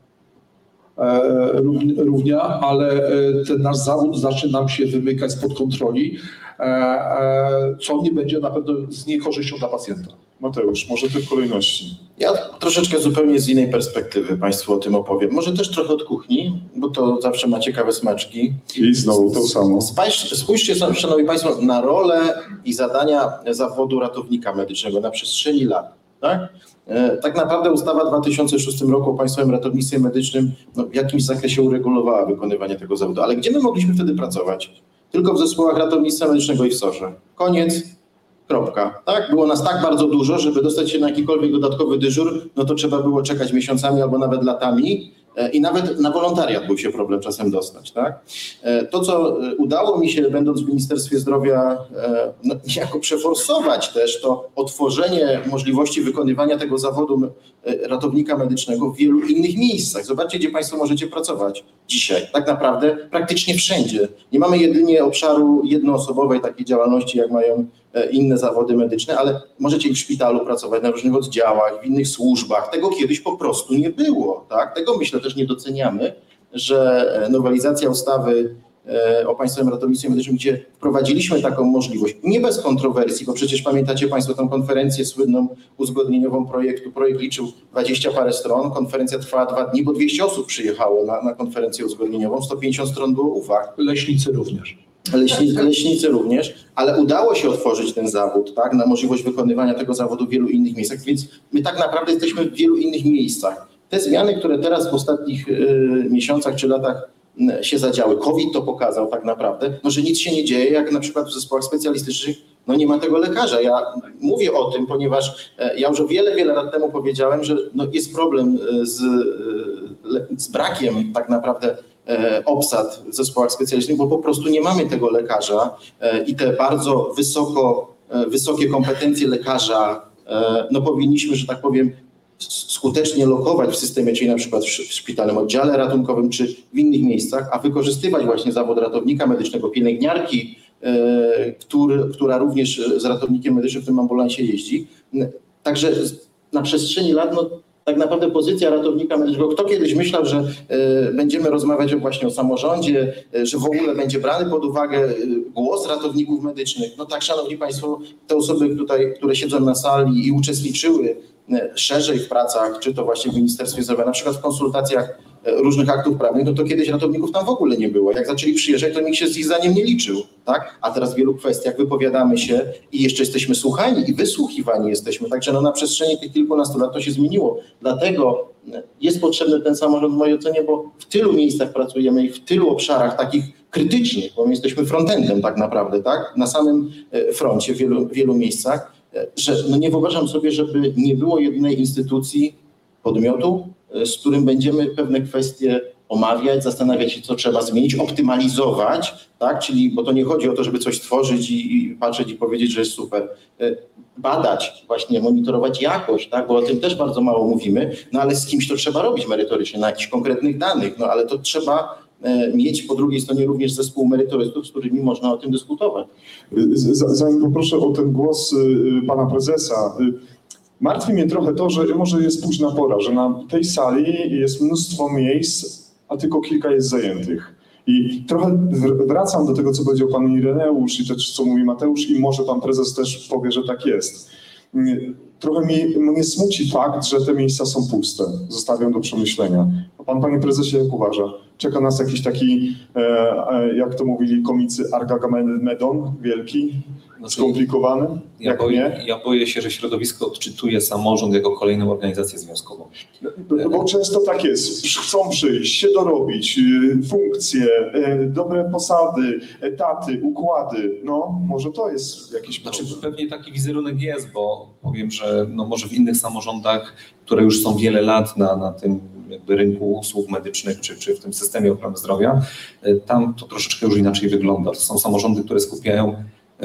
równia, ale ten nasz zawód zacznie nam się wymykać spod kontroli, co nie będzie na pewno z niekorzyścią dla pacjenta. Mateusz, może ty w kolejności. Ja troszeczkę zupełnie z innej perspektywy Państwu o tym opowiem. Może też trochę od kuchni, bo to zawsze ma ciekawe smaczki. I znowu to samo. Spójrzcie, Szanowni Państwo, na rolę i zadania zawodu ratownika medycznego na przestrzeni lat. Tak? Tak naprawdę ustawa w dwa tysiące szóstym roku o Państwowym Ratownictwie Medycznym no, w jakimś zakresie uregulowała wykonywanie tego zawodu. Ale gdzie my mogliśmy wtedy pracować? tylko w zespołach ratownictwa medycznego i w sorze. Koniec, kropka. Tak? Było nas tak bardzo dużo, żeby dostać się na jakikolwiek dodatkowy dyżur, no to trzeba było czekać miesiącami albo nawet latami. I nawet na wolontariat był się problem czasem dostać. Tak? To, co udało mi się, będąc w Ministerstwie Zdrowia, no, niejako przeforsować też, to otworzenie możliwości wykonywania tego zawodu ratownika medycznego w wielu innych miejscach. Zobaczcie, gdzie Państwo możecie pracować dzisiaj. Tak naprawdę praktycznie wszędzie. Nie mamy jedynie obszaru jednoosobowej takiej działalności, jak mają inne zawody medyczne, ale możecie i w szpitalu pracować, na różnych oddziałach, w innych służbach. Tego kiedyś po prostu nie było. Tak? Tego myślę też nie doceniamy, że nowelizacja ustawy o Państwowym Ratownictwie Medycznym, gdzie wprowadziliśmy taką możliwość, nie bez kontrowersji, bo przecież pamiętacie Państwo tą konferencję słynną uzgodnieniową projektu. Projekt liczył dwadzieścia parę stron, konferencja trwała dwa dni, bo dwieście osób przyjechało na, na konferencję uzgodnieniową, sto pięćdziesiąt stron było uwag. Leśnicy również. Leśnicy, leśnicy również, ale udało się otworzyć ten zawód, tak, na możliwość wykonywania tego zawodu w wielu innych miejscach, więc my tak naprawdę jesteśmy w wielu innych miejscach. Te zmiany, które teraz w ostatnich y, miesiącach czy latach y, się zadziały, COVID to pokazał tak naprawdę, no, że nic się nie dzieje, jak na przykład w zespołach specjalistycznych, no nie ma tego lekarza. Ja mówię o tym, ponieważ y, ja już wiele, wiele lat temu powiedziałem, że no, jest problem y, z, y, z brakiem tak naprawdę obsad w zespołach specjalistycznych, bo po prostu nie mamy tego lekarza i te bardzo wysoko, wysokie kompetencje lekarza no powinniśmy, że tak powiem, skutecznie lokować w systemie, czyli na przykład w szpitalnym oddziale ratunkowym czy w innych miejscach, a wykorzystywać właśnie zawód ratownika medycznego, pielęgniarki, który, która również z ratownikiem medycznym w tym ambulansie jeździ. Także na przestrzeni lat no, tak naprawdę pozycja ratownika medycznego, kto kiedyś myślał, że y, będziemy rozmawiać właśnie o samorządzie, y, że w ogóle będzie brany pod uwagę y, głos ratowników medycznych. No tak, szanowni Państwo, te osoby tutaj, które siedzą na sali i uczestniczyły y, szerzej w pracach, czy to właśnie w Ministerstwie Zdrowia, na przykład w konsultacjach y, różnych aktów prawnych, no to kiedyś ratowników tam w ogóle nie było. Jak zaczęli przyjeżdżać, to nikt się z ich zdaniem nie liczył. Tak? A teraz w wielu kwestiach wypowiadamy się i jeszcze jesteśmy słuchani i wysłuchiwani jesteśmy. Także no na przestrzeni tych kilkunastu lat to się zmieniło. Dlatego jest potrzebny ten samorząd w mojej ocenie, bo w tylu miejscach pracujemy i w tylu obszarach takich krytycznych, bo my jesteśmy frontendem tak naprawdę, tak? Na samym froncie w wielu, wielu miejscach, że no nie wyobrażam sobie, żeby nie było jednej instytucji, podmiotu, z którym będziemy pewne kwestie omawiać, zastanawiać się, co trzeba zmienić, optymalizować, tak? Czyli, bo to nie chodzi o to, żeby coś tworzyć i, i patrzeć i powiedzieć, że jest super. Badać, właśnie monitorować jakość, tak? Bo o tym też bardzo mało mówimy, no ale z kimś to trzeba robić merytorycznie, na jakichś konkretnych danych, no ale to trzeba mieć po drugiej stronie również zespół merytorystów, z którymi można o tym dyskutować. Zanim poproszę o ten głos pana prezesa, martwi mnie trochę to, że może jest późna pora, że na tej sali jest mnóstwo miejsc, a tylko kilka jest zajętych. I trochę wracam do tego, co powiedział pan Ireneusz i też co mówi Mateusz i może pan prezes też powie, że tak jest. Trochę mi, mnie smuci fakt, że te miejsca są puste. Zostawiam do przemyślenia. A pan, panie prezesie, jak uważa? Czeka nas jakiś taki, e, jak to mówili komicy, Argagamedon wielki, znaczy, skomplikowany? Ja jak boję, nie? ja boję się, że środowisko odczytuje samorząd jako kolejną organizację związkową. No, bo często tak jest. Chcą przyjść, się dorobić, funkcje, dobre posady, etaty, układy. No, może to jest jakiś problem. Znaczy pewnie taki wizerunek jest, bo powiem, że no może w innych samorządach, które już są wiele lat na, na tym jakby rynku usług medycznych, czy, czy w tym systemie ochrony zdrowia, tam to troszeczkę już inaczej wygląda. To są samorządy, które skupiają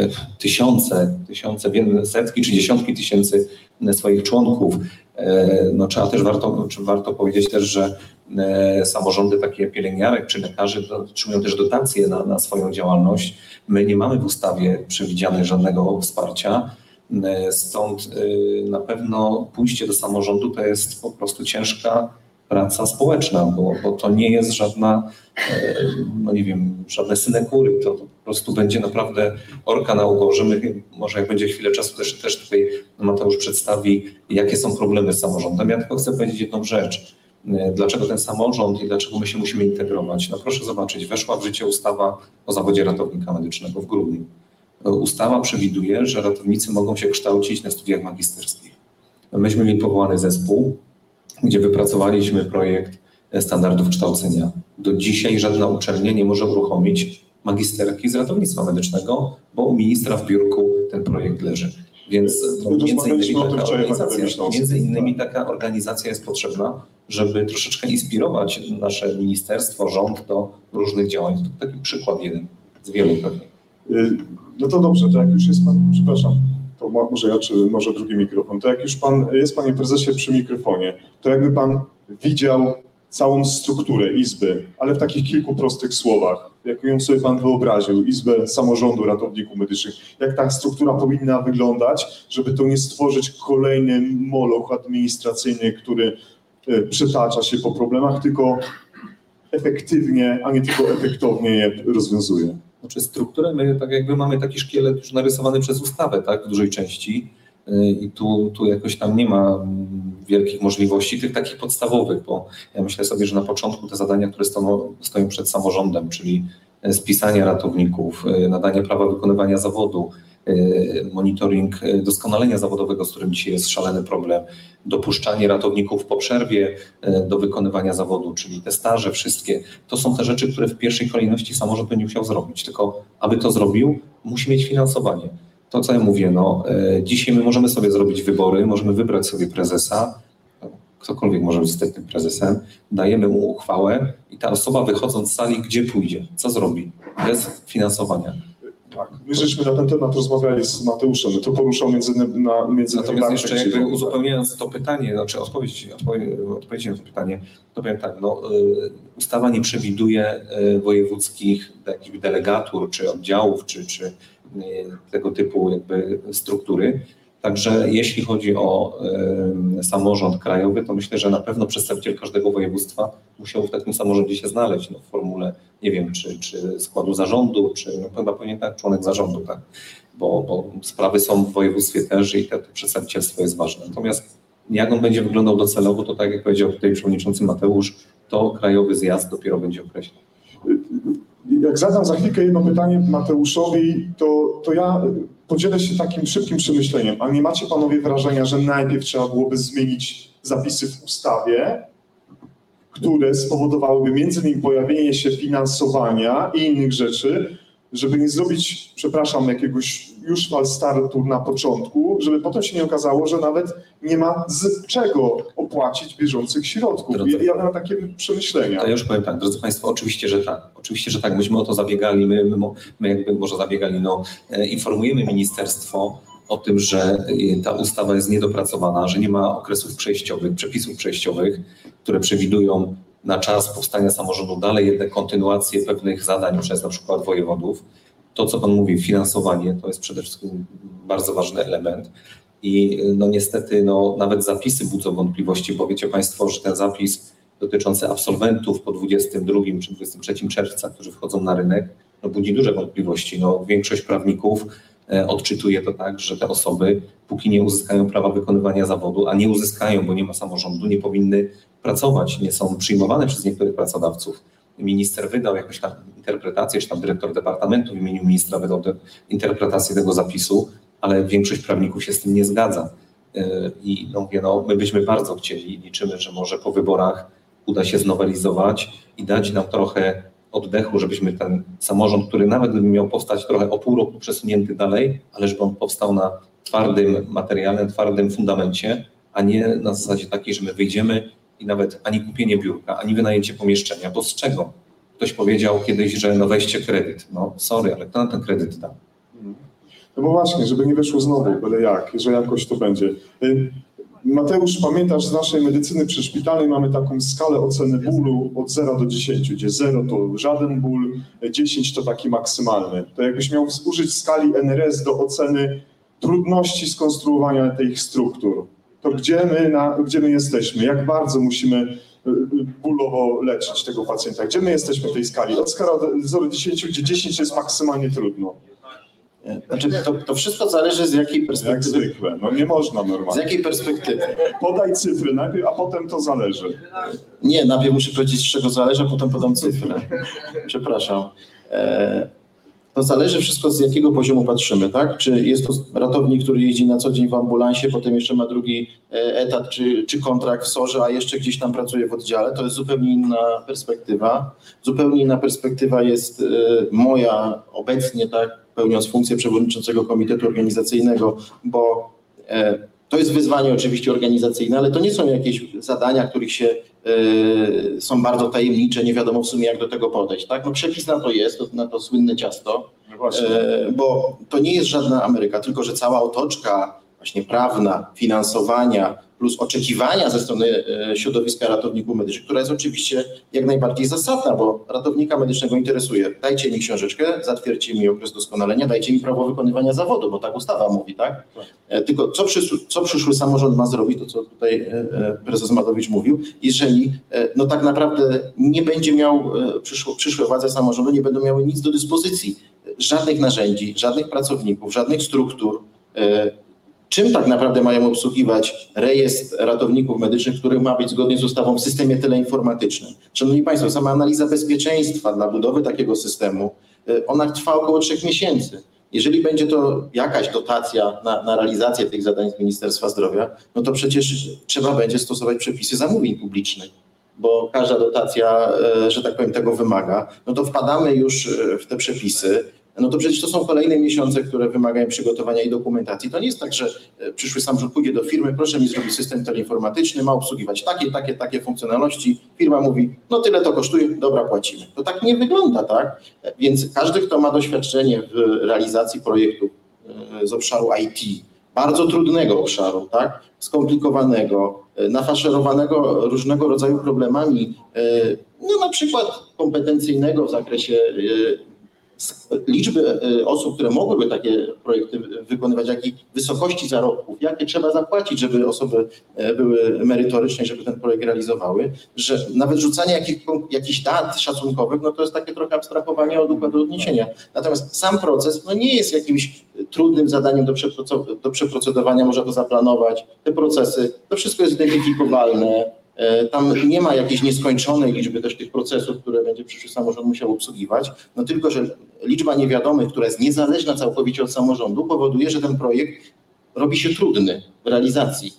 tysiące, tysiące, setki czy dziesiątki tysięcy swoich członków. No, trzeba też warto, czy warto powiedzieć też, że samorządy takie pielęgniarek czy lekarzy otrzymują też dotacje na, na swoją działalność. My nie mamy w ustawie przewidzianych żadnego wsparcia, stąd na pewno pójście do samorządu to jest po prostu ciężka praca społeczna, bo, bo to nie jest żadna, no nie wiem, żadne synekury, to, to po prostu będzie naprawdę orka na ugorze. My, może jak będzie chwilę czasu, też, też tutaj Mateusz przedstawi, jakie są problemy z samorządem. Ja tylko chcę powiedzieć jedną rzecz. Dlaczego ten samorząd i dlaczego my się musimy integrować? No proszę zobaczyć, weszła w życie ustawa o zawodzie ratownika medycznego w grudniu. Ustawa przewiduje, że ratownicy mogą się kształcić na studiach magisterskich. Myśmy mieli powołany zespół, gdzie wypracowaliśmy projekt standardów kształcenia. Do dzisiaj żadna uczelnia nie może uruchomić magisterki z ratownictwa medycznego, bo u ministra w biurku ten projekt leży. Więc no, między, innymi taka organizacja, między innymi taka organizacja jest potrzebna, żeby troszeczkę inspirować nasze ministerstwo, rząd do różnych działań. To taki przykład jeden z wielu pewnie. No to dobrze, to jak już jest pan, przepraszam, to może ja, czy może drugi mikrofon, to jak już pan jest, panie prezesie, przy mikrofonie, to jakby pan widział całą strukturę Izby, ale w takich kilku prostych słowach, jak ją sobie pan wyobraził, Izbę Samorządu Ratowników Medycznych, jak ta struktura powinna wyglądać, żeby to nie stworzyć kolejny moloch administracyjny, który przetacza się po problemach, tylko efektywnie, a nie tylko efektownie je rozwiązuje. Znaczy strukturę, my tak jakby mamy taki szkielet już narysowany przez ustawę, tak, w dużej części i tu, tu jakoś tam nie ma wielkich możliwości, tych takich podstawowych, bo ja myślę sobie, że na początku te zadania, które stoją, stoją przed samorządem, czyli spisanie ratowników, nadanie prawa wykonywania zawodu, monitoring doskonalenia zawodowego, z którym dzisiaj jest szaleny problem, dopuszczanie ratowników po przerwie do wykonywania zawodu, czyli te staże wszystkie, to są te rzeczy, które w pierwszej kolejności samorząd będzie musiał zrobić, tylko aby to zrobił, musi mieć finansowanie. To, co ja mówię, no dzisiaj my możemy sobie zrobić wybory, możemy wybrać sobie prezesa, ktokolwiek może zostać tym prezesem, dajemy mu uchwałę i ta osoba wychodząc z sali, gdzie pójdzie, co zrobi, bez finansowania. Tak, my żeśmy na ten temat rozmawiali z Mateuszem, to poruszał między, na, między Natomiast jeszcze jakby uzupełniając to pytanie, znaczy odpowiedź, odpowiedź, odpowiedź na to pytanie, to powiem tak, no, y, ustawa nie przewiduje y, wojewódzkich jakichś delegatur, czy oddziałów, czy, czy y, tego typu jakby struktury. Także jeśli chodzi o y, samorząd krajowy, to myślę, że na pewno przedstawiciel każdego województwa musiał w takim samorządzie się znaleźć, no, w formule, nie wiem, czy, czy składu zarządu, czy no, chyba powinien tak, członek zarządu, tak, bo, bo sprawy są w województwie też i to, to przedstawicielstwo jest ważne. Natomiast jak on będzie wyglądał docelowo, to tak jak powiedział tutaj przewodniczący Mateusz, to krajowy zjazd dopiero będzie określał. Jak zadam za chwilkę jedno pytanie Mateuszowi, to, to ja podzielę się takim szybkim przemyśleniem. A nie macie panowie wrażenia, że najpierw trzeba byłoby zmienić zapisy w ustawie, które spowodowałyby między innymi pojawienie się finansowania i innych rzeczy, żeby nie zrobić, przepraszam, jakiegoś już falstartu na początku, żeby potem się nie okazało, że nawet nie ma z czego opłacić bieżących środków. Ja, ja mam takie przemyślenia. To ja już powiem tak, drodzy Państwo, oczywiście, że tak. Oczywiście, że tak. Myśmy o to zabiegali, my, my, my jakby może zabiegali, no, informujemy ministerstwo o tym, że ta ustawa jest niedopracowana, że nie ma okresów przejściowych, przepisów przejściowych, które przewidują na czas powstania samorządu dalej jednak kontynuację pewnych zadań przez na przykład wojewodów. To, co Pan mówi, finansowanie, to jest przede wszystkim bardzo ważny element. I no niestety no, nawet zapisy budzą wątpliwości, bo wiecie Państwo, że ten zapis dotyczący absolwentów po dwudziestego drugiego czy dwudziestego trzeciego czerwca, którzy wchodzą na rynek, no, budzi duże wątpliwości. No, większość prawników e, odczytuje to tak, że te osoby, póki nie uzyskają prawa wykonywania zawodu, a nie uzyskają, bo nie ma samorządu, nie powinny pracować, nie są przyjmowane przez niektórych pracodawców. Minister wydał jakąś tam interpretację, czy tam dyrektor departamentu w imieniu ministra wydał interpretację tego zapisu, ale większość prawników się z tym nie zgadza. I no mówię, no, my byśmy bardzo chcieli, liczymy, że może po wyborach uda się znowelizować i dać nam trochę oddechu, żebyśmy ten samorząd, który nawet by miał powstać trochę o pół roku przesunięty dalej, ale żeby on powstał na twardym materiale, twardym fundamencie, a nie na zasadzie takiej, że my wyjdziemy i nawet ani kupienie biurka, ani wynajęcie pomieszczenia, bo z czego? Ktoś powiedział kiedyś, że no weźcie kredyt. No sorry, ale kto na ten kredyt da? No bo właśnie, żeby nie wyszło znowu, byle jak, że jakoś to będzie. Mateusz, pamiętasz, z naszej medycyny przyszpitalnej mamy taką skalę oceny bólu od zera do dziesięciu, gdzie zero to żaden ból, dziesięć to taki maksymalny. To jakbyś miał użyć skali N R S do oceny trudności skonstruowania tych struktur, to gdzie my, na, gdzie my jesteśmy? Jak bardzo musimy bólowo leczyć tego pacjenta? Gdzie my jesteśmy w tej skali? Od skala od zera do dziesięciu, gdzie dziesięć jest maksymalnie trudno. Znaczy, to, to wszystko zależy z jakiej perspektywy. Jak zwykle, no nie można normalnie. Z jakiej perspektywy? Podaj cyfry najpierw, a potem to zależy. Nie, najpierw muszę powiedzieć, z czego zależy, a potem podam cyfrę. Przepraszam. E, To zależy wszystko z jakiego poziomu patrzymy, tak? Czy jest to ratownik, który jeździ na co dzień w ambulansie, potem jeszcze ma drugi etat czy, czy kontrakt w sorze, a jeszcze gdzieś tam pracuje w oddziale, to jest zupełnie inna perspektywa. Zupełnie inna perspektywa jest moja obecnie, tak, pełniąc funkcję przewodniczącego komitetu organizacyjnego, bo to jest wyzwanie oczywiście organizacyjne, ale to nie są jakieś zadania, których się y, są bardzo tajemnicze, nie wiadomo w sumie jak do tego podejść. Tak? No przepis na to jest, to, na to słynne ciasto, No y, bo to nie jest żadna Ameryka, tylko że cała otoczka właśnie prawna, finansowania plus oczekiwania ze strony y, środowiska ratowników medycznych, która jest oczywiście jak najbardziej zasadna, bo ratownika medycznego interesuje, dajcie mi książeczkę, zatwierdźcie mi okres doskonalenia, dajcie mi prawo wykonywania zawodu, bo tak ustawa mówi, tak? tak. Tylko co przyszły, co przyszły samorząd ma zrobić, to co tutaj y, prezes Madowicz mówił, jeżeli y, no tak naprawdę nie będzie miał, y, przyszło, przyszłe władze samorządu nie będą miały nic do dyspozycji, żadnych narzędzi, żadnych pracowników, żadnych struktur, y, czym tak naprawdę mają obsługiwać rejestr ratowników medycznych, który ma być zgodnie z ustawą w systemie teleinformatycznym. Szanowni Państwo, sama analiza bezpieczeństwa dla budowy takiego systemu, ona trwa około trzech miesięcy. Jeżeli będzie to jakaś dotacja na, na realizację tych zadań z Ministerstwa Zdrowia, no to przecież trzeba będzie stosować przepisy zamówień publicznych, bo każda dotacja, że tak powiem, tego wymaga. No to wpadamy już w te przepisy. No to przecież to są kolejne miesiące, które wymagają przygotowania i dokumentacji. To nie jest tak, że przyszły samorząd pójdzie do firmy, proszę mi zrobić system teleinformatyczny, ma obsługiwać takie, takie, takie funkcjonalności. Firma mówi, no tyle to kosztuje, dobra, płacimy. To tak nie wygląda, tak? Więc każdy, kto ma doświadczenie w realizacji projektów z obszaru I T, bardzo trudnego obszaru, tak? Skomplikowanego, nafaszerowanego różnego rodzaju problemami, no na przykład kompetencyjnego w zakresie liczby osób, które mogłyby takie projekty wykonywać, jak i wysokości zarobków, jakie trzeba zapłacić, żeby osoby były merytoryczne, żeby ten projekt realizowały, że nawet rzucanie jakich, jakichś dat szacunkowych, no to jest takie trochę abstrahowanie od układu odniesienia. Natomiast sam proces no nie jest jakimś trudnym zadaniem do, do przeprocedowania, można to zaplanować, te procesy, to wszystko jest identyfikowalne. Tam nie ma jakiejś nieskończonej liczby też tych procesów, które będzie przyszły samorząd musiał obsługiwać, no tylko, że liczba niewiadomych, która jest niezależna całkowicie od samorządu, powoduje, że ten projekt robi się trudny w realizacji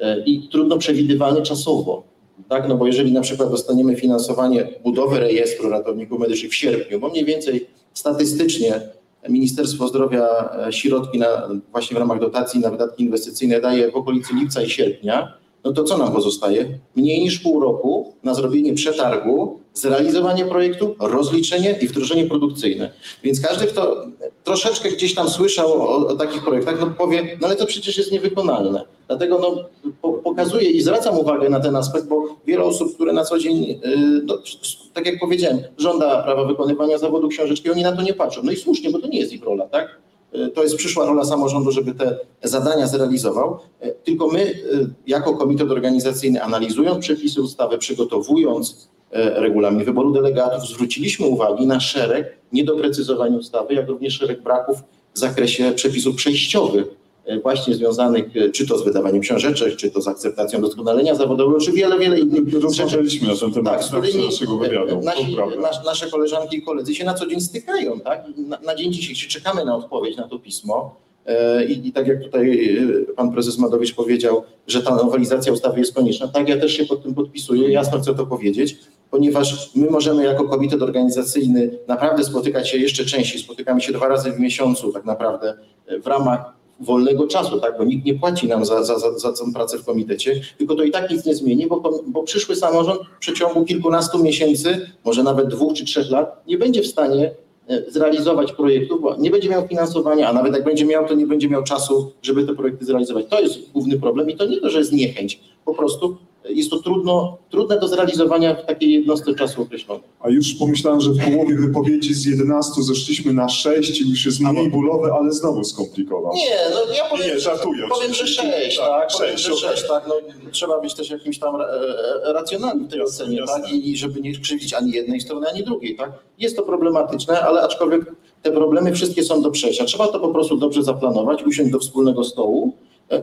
i trudno przewidywalny czasowo. Tak? No bo jeżeli na przykład dostaniemy finansowanie budowy rejestru ratowników medycznych w sierpniu, bo mniej więcej statystycznie Ministerstwo Zdrowia środki na, właśnie w ramach dotacji na wydatki inwestycyjne daje w okolicy lipca i sierpnia, no to co nam pozostaje? Mniej niż pół roku na zrobienie przetargu, zrealizowanie projektu, rozliczenie i wdrożenie produkcyjne. Więc każdy, kto troszeczkę gdzieś tam słyszał o, o takich projektach, no powie, no ale to przecież jest niewykonalne. Dlatego no, po, pokazuję i zwracam uwagę na ten aspekt, bo wiele osób, które na co dzień, yy, no, tak jak powiedziałem, żąda prawa wykonywania zawodu książeczki, oni na to nie patrzą. No i słusznie, bo to nie jest ich rola, tak? To jest przyszła rola samorządu, żeby te zadania zrealizował. Tylko my jako komitet organizacyjny, analizując przepisy ustawy, przygotowując regulamin wyboru delegatów, zwróciliśmy uwagi na szereg niedoprecyzowań ustawy, jak również szereg braków w zakresie przepisów przejściowych, właśnie związanych czy to z wydawaniem książeczek, czy to z akceptacją doskonalenia zawodowego, czy wiele, wiele innych rzeczy. Rozmawialiśmy na ten temat w trakcie naszego wywiadu. Nasi, nas, nasze koleżanki i koledzy się na co dzień stykają, tak? Na, na dzień dzisiejszy czekamy na odpowiedź na to pismo. I, I tak jak tutaj pan prezes Madowicz powiedział, że ta nowelizacja ustawy jest konieczna, tak ja też się pod tym podpisuję, jasno chcę to powiedzieć, ponieważ my możemy jako komitet organizacyjny naprawdę spotykać się jeszcze częściej, spotykamy się dwa razy w miesiącu tak naprawdę w ramach wolnego czasu, tak, bo nikt nie płaci nam za, za, za, za tą pracę w komitecie, tylko to i tak nic nie zmieni, bo, bo przyszły samorząd w przeciągu kilkunastu miesięcy, może nawet dwóch czy trzech lat nie będzie w stanie zrealizować projektów, bo nie będzie miał finansowania, a nawet jak będzie miał, to nie będzie miał czasu, żeby te projekty zrealizować. To jest główny problem i to nie to, że jest niechęć, po prostu jest to trudno, trudne do zrealizowania w takiej jednostce czasu określonej. A już pomyślałem, że w połowie wypowiedzi z jedenastu zeszliśmy na sześć i już jest mniej bólowe, ale znowu skomplikował. Nie, no ja powiem, nie, żartuję, powiem że sześć, tak, tak powiem, że sześć, tak, no trzeba być też jakimś tam e, racjonalnym w tej jasne, ocenie, jasne. Tak, i żeby nie krzywdzić ani jednej strony, ani drugiej, tak. Jest to problematyczne, ale aczkolwiek te problemy wszystkie są do przejścia. Trzeba to po prostu dobrze zaplanować, usiąść do wspólnego stołu i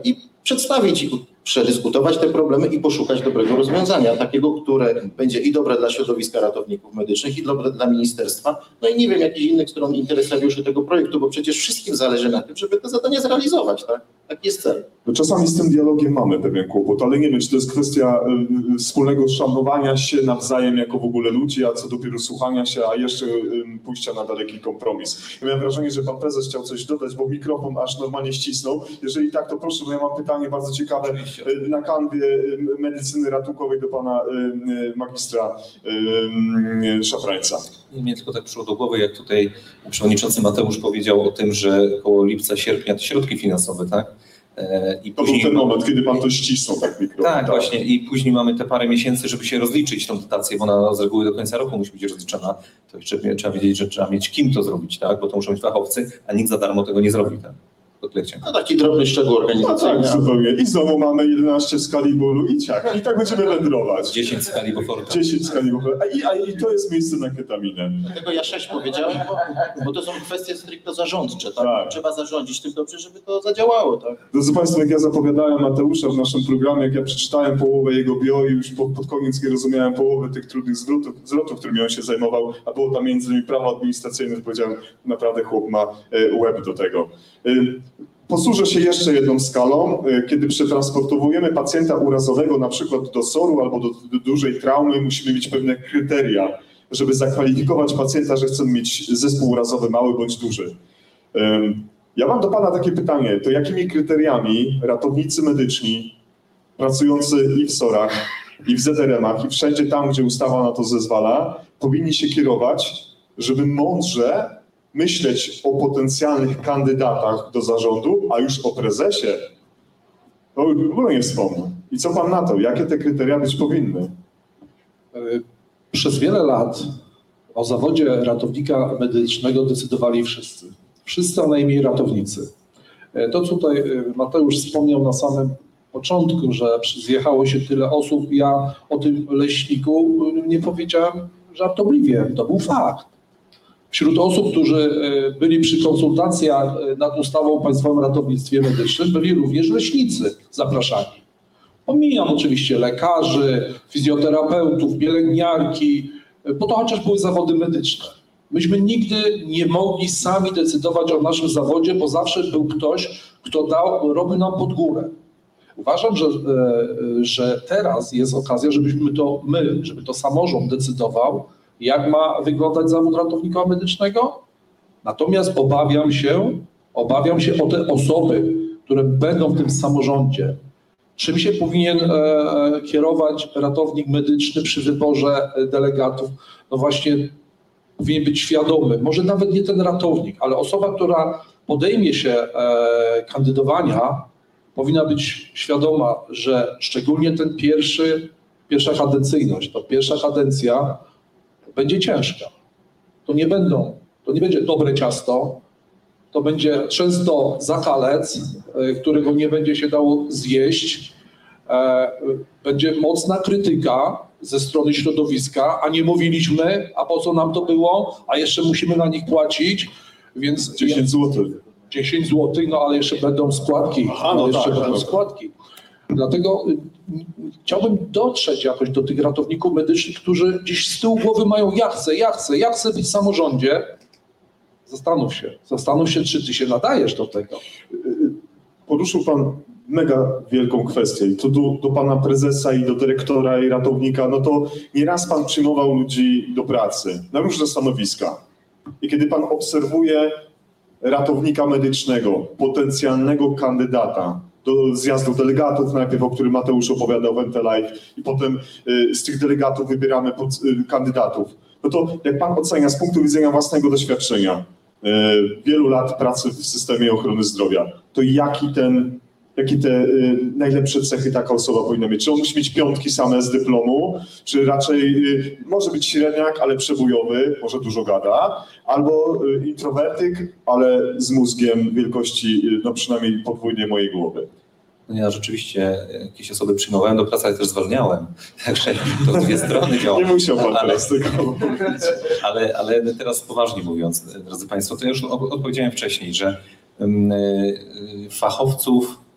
przedstawić, przedyskutować te problemy i poszukać dobrego rozwiązania, takiego, które będzie i dobre dla środowiska ratowników medycznych, i dobre dla ministerstwa, no i nie wiem, jakichś innych stron interesariuszy tego projektu, bo przecież wszystkim zależy na tym, żeby te zadania zrealizować, tak? Taki jest cel. No czasami z tym dialogiem mamy pewien kłopot, ale nie wiem, czy to jest kwestia y, wspólnego szanowania się nawzajem jako w ogóle ludzi, a co dopiero słuchania się, a jeszcze y, pójścia na daleki kompromis. Ja miałem wrażenie, że pan prezes chciał coś dodać, bo mikrofon aż normalnie ścisnął. Jeżeli tak, to proszę, bo ja mam pytanie bardzo ciekawe y, na kanwie y, medycyny ratunkowej do pana y, y, magistra y, y, Szafrańca. Mnie tylko tak przyszło do głowy, jak tutaj przewodniczący Mateusz powiedział o tym, że koło lipca, sierpnia te środki finansowe, tak? I to później, był ten moment, kiedy pan to ścisnął, tak mikrofon. Tak, tak, właśnie. I później mamy te parę miesięcy, żeby się rozliczyć tą dotację, bo ona z reguły do końca roku musi być rozliczona. To jeszcze trzeba wiedzieć, że trzeba mieć kim to zrobić, tak? Bo to muszą być fachowcy, a nikt za darmo tego nie zrobi. Tak? No taki drobny szczegół organizacyjny. No tak, zupełnie. I znowu mamy jedenaście z Kaliburu i ciach. I tak będziemy wędrować. dziesięć z Kaliboforta. dziesięć z Kaliburu. A i, a i to jest miejsce na ketaminę. Dlatego ja sześć powiedziałem, bo, bo to są kwestie stricte zarządcze. Tak? Tak. Trzeba zarządzić tym dobrze, żeby to zadziałało. Tak? Drodzy Państwo, jak ja zapowiadałem Mateusza w naszym programie, jak ja przeczytałem połowę jego bio i już pod, pod koniec nie rozumiałem połowy tych trudnych zwrotów, zwrotów, którymi on się zajmował, a było tam między innymi prawo administracyjne, to powiedziałem, naprawdę chłop ma łeb do tego. Posłużę się jeszcze jedną skalą. Kiedy przetransportowujemy pacjenta urazowego na przykład do soru albo do, do dużej traumy, musimy mieć pewne kryteria, żeby zakwalifikować pacjenta, że chcemy mieć zespół urazowy mały bądź duży. Ja mam do Pana takie pytanie, to jakimi kryteriami ratownicy medyczni pracujący i w sorach, i w zet er emach, i wszędzie tam, gdzie ustawa na to zezwala, powinni się kierować, żeby mądrze myśleć o potencjalnych kandydatach do zarządu, a już o prezesie, to w ogóle nie wspomnę. I co Pan na to? Jakie te kryteria być powinny? Przez wiele lat o zawodzie ratownika medycznego decydowali wszyscy. Wszyscy, a najmniej ratownicy. To tutaj Mateusz wspomniał na samym początku, że zjechało się tyle osób. Ja o tym leśniku nie powiedziałem żartobliwie. To był fakt. Wśród osób, którzy byli przy konsultacjach nad ustawą o Państwowym Ratownictwie Medycznym, byli również leśnicy zapraszani. Pomijam oczywiście lekarzy, fizjoterapeutów, pielęgniarki, po to chociaż były zawody medyczne. Myśmy nigdy nie mogli sami decydować o naszym zawodzie, bo zawsze był ktoś, kto dał, robił nam pod górę. Uważam, że, że teraz jest okazja, żebyśmy to my, żeby to samorząd decydował, jak ma wyglądać zawód ratownika medycznego. Natomiast obawiam się, obawiam się o te osoby, które będą w tym samorządzie. Czym się powinien e, kierować ratownik medyczny przy wyborze delegatów? No właśnie powinien być świadomy, może nawet nie ten ratownik, ale osoba, która podejmie się e, kandydowania, powinna być świadoma, że szczególnie ten pierwszy, pierwsza kadencyjność, to pierwsza kadencja będzie ciężka. To nie będą, to nie będzie dobre ciasto, to będzie często zakalec, którego nie będzie się dało zjeść. Będzie mocna krytyka ze strony środowiska, a nie mówiliśmy, a po co nam to było, a jeszcze musimy na nich płacić, więc dziesięć złotych. dziesięć złotych, no ale jeszcze będą składki. Aha, no jeszcze tak, będą tak. składki. Dlatego chciałbym dotrzeć jakoś do tych ratowników medycznych, którzy gdzieś z tyłu głowy mają ja chcę, ja chcę, ja chcę być w samorządzie. Zastanów się, zastanów się, czy ty się nadajesz do tego. Poruszył Pan mega wielką kwestię i to do, do Pana prezesa i do dyrektora i ratownika, no to nieraz Pan przyjmował ludzi do pracy na różne stanowiska. I kiedy Pan obserwuje ratownika medycznego, potencjalnego kandydata do zjazdu delegatów, najpierw o którym Mateusz opowiadał w N T Live i potem y, z tych delegatów wybieramy pod, y, kandydatów. No to jak Pan ocenia z punktu widzenia własnego doświadczenia, y, wielu lat pracy w systemie ochrony zdrowia, to jaki ten, jakie te y, najlepsze cechy taka osoba powinna mieć? Czy on musi mieć piątki same z dyplomu, czy raczej y, może być średniak, ale przebojowy, może dużo gada, albo y, introwertyk, ale z mózgiem wielkości y, no przynajmniej podwójnie mojej głowy? No ja rzeczywiście jakieś osoby przyjmowałem do pracy, ale też zwalniałem. Także to w dwie strony działa. Nie musiał Pan ale, teraz tego mówić. Ale, ale teraz poważnie mówiąc, drodzy Państwo, to ja już odpowiedziałem wcześniej, że fachowców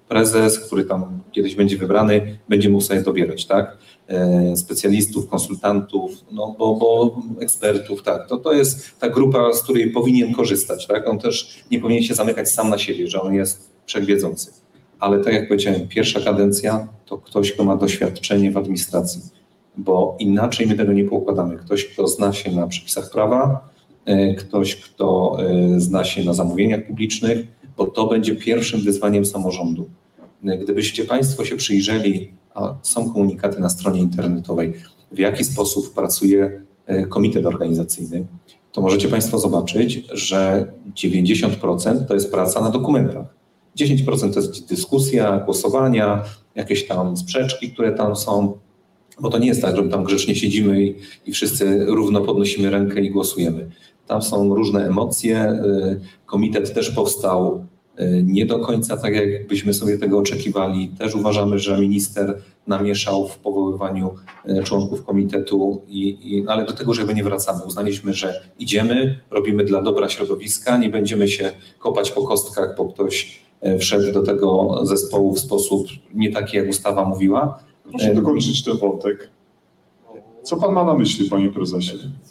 prezes, który tam kiedyś będzie wybrany, będzie mógł sobie dobierać, tak? Specjalistów, konsultantów, no bo, bo ekspertów, tak. To, to jest ta grupa, z której powinien korzystać, tak? On też nie powinien się zamykać sam na siebie, że on jest wszechwiedzący. Ale tak jak powiedziałem, pierwsza kadencja to ktoś, kto ma doświadczenie w administracji, bo inaczej my tego nie poukładamy. Ktoś, kto zna się na przepisach prawa, ktoś, kto zna się na zamówieniach publicznych, bo to będzie pierwszym wyzwaniem samorządu. Gdybyście Państwo się przyjrzeli, a są komunikaty na stronie internetowej, w jaki sposób pracuje komitet organizacyjny, to możecie Państwo zobaczyć, że dziewięćdziesiąt procent to jest praca na dokumentach. dziesięć procent to jest dyskusja, głosowania, jakieś tam sprzeczki, które tam są, bo to nie jest tak, że my tam grzecznie siedzimy i, i wszyscy równo podnosimy rękę i głosujemy. Tam są różne emocje. Komitet też powstał nie do końca tak, jakbyśmy sobie tego oczekiwali. Też uważamy, że minister namieszał w powoływaniu członków komitetu, i, i, ale do tego, żeby nie wracamy. Uznaliśmy, że idziemy, robimy dla dobra środowiska, nie będziemy się kopać po kostkach, bo ktoś wszedł do tego zespołu w sposób nie taki, jak ustawa mówiła. Proszę dokończyć ten wątek. Co pan ma na myśli, panie prezesie?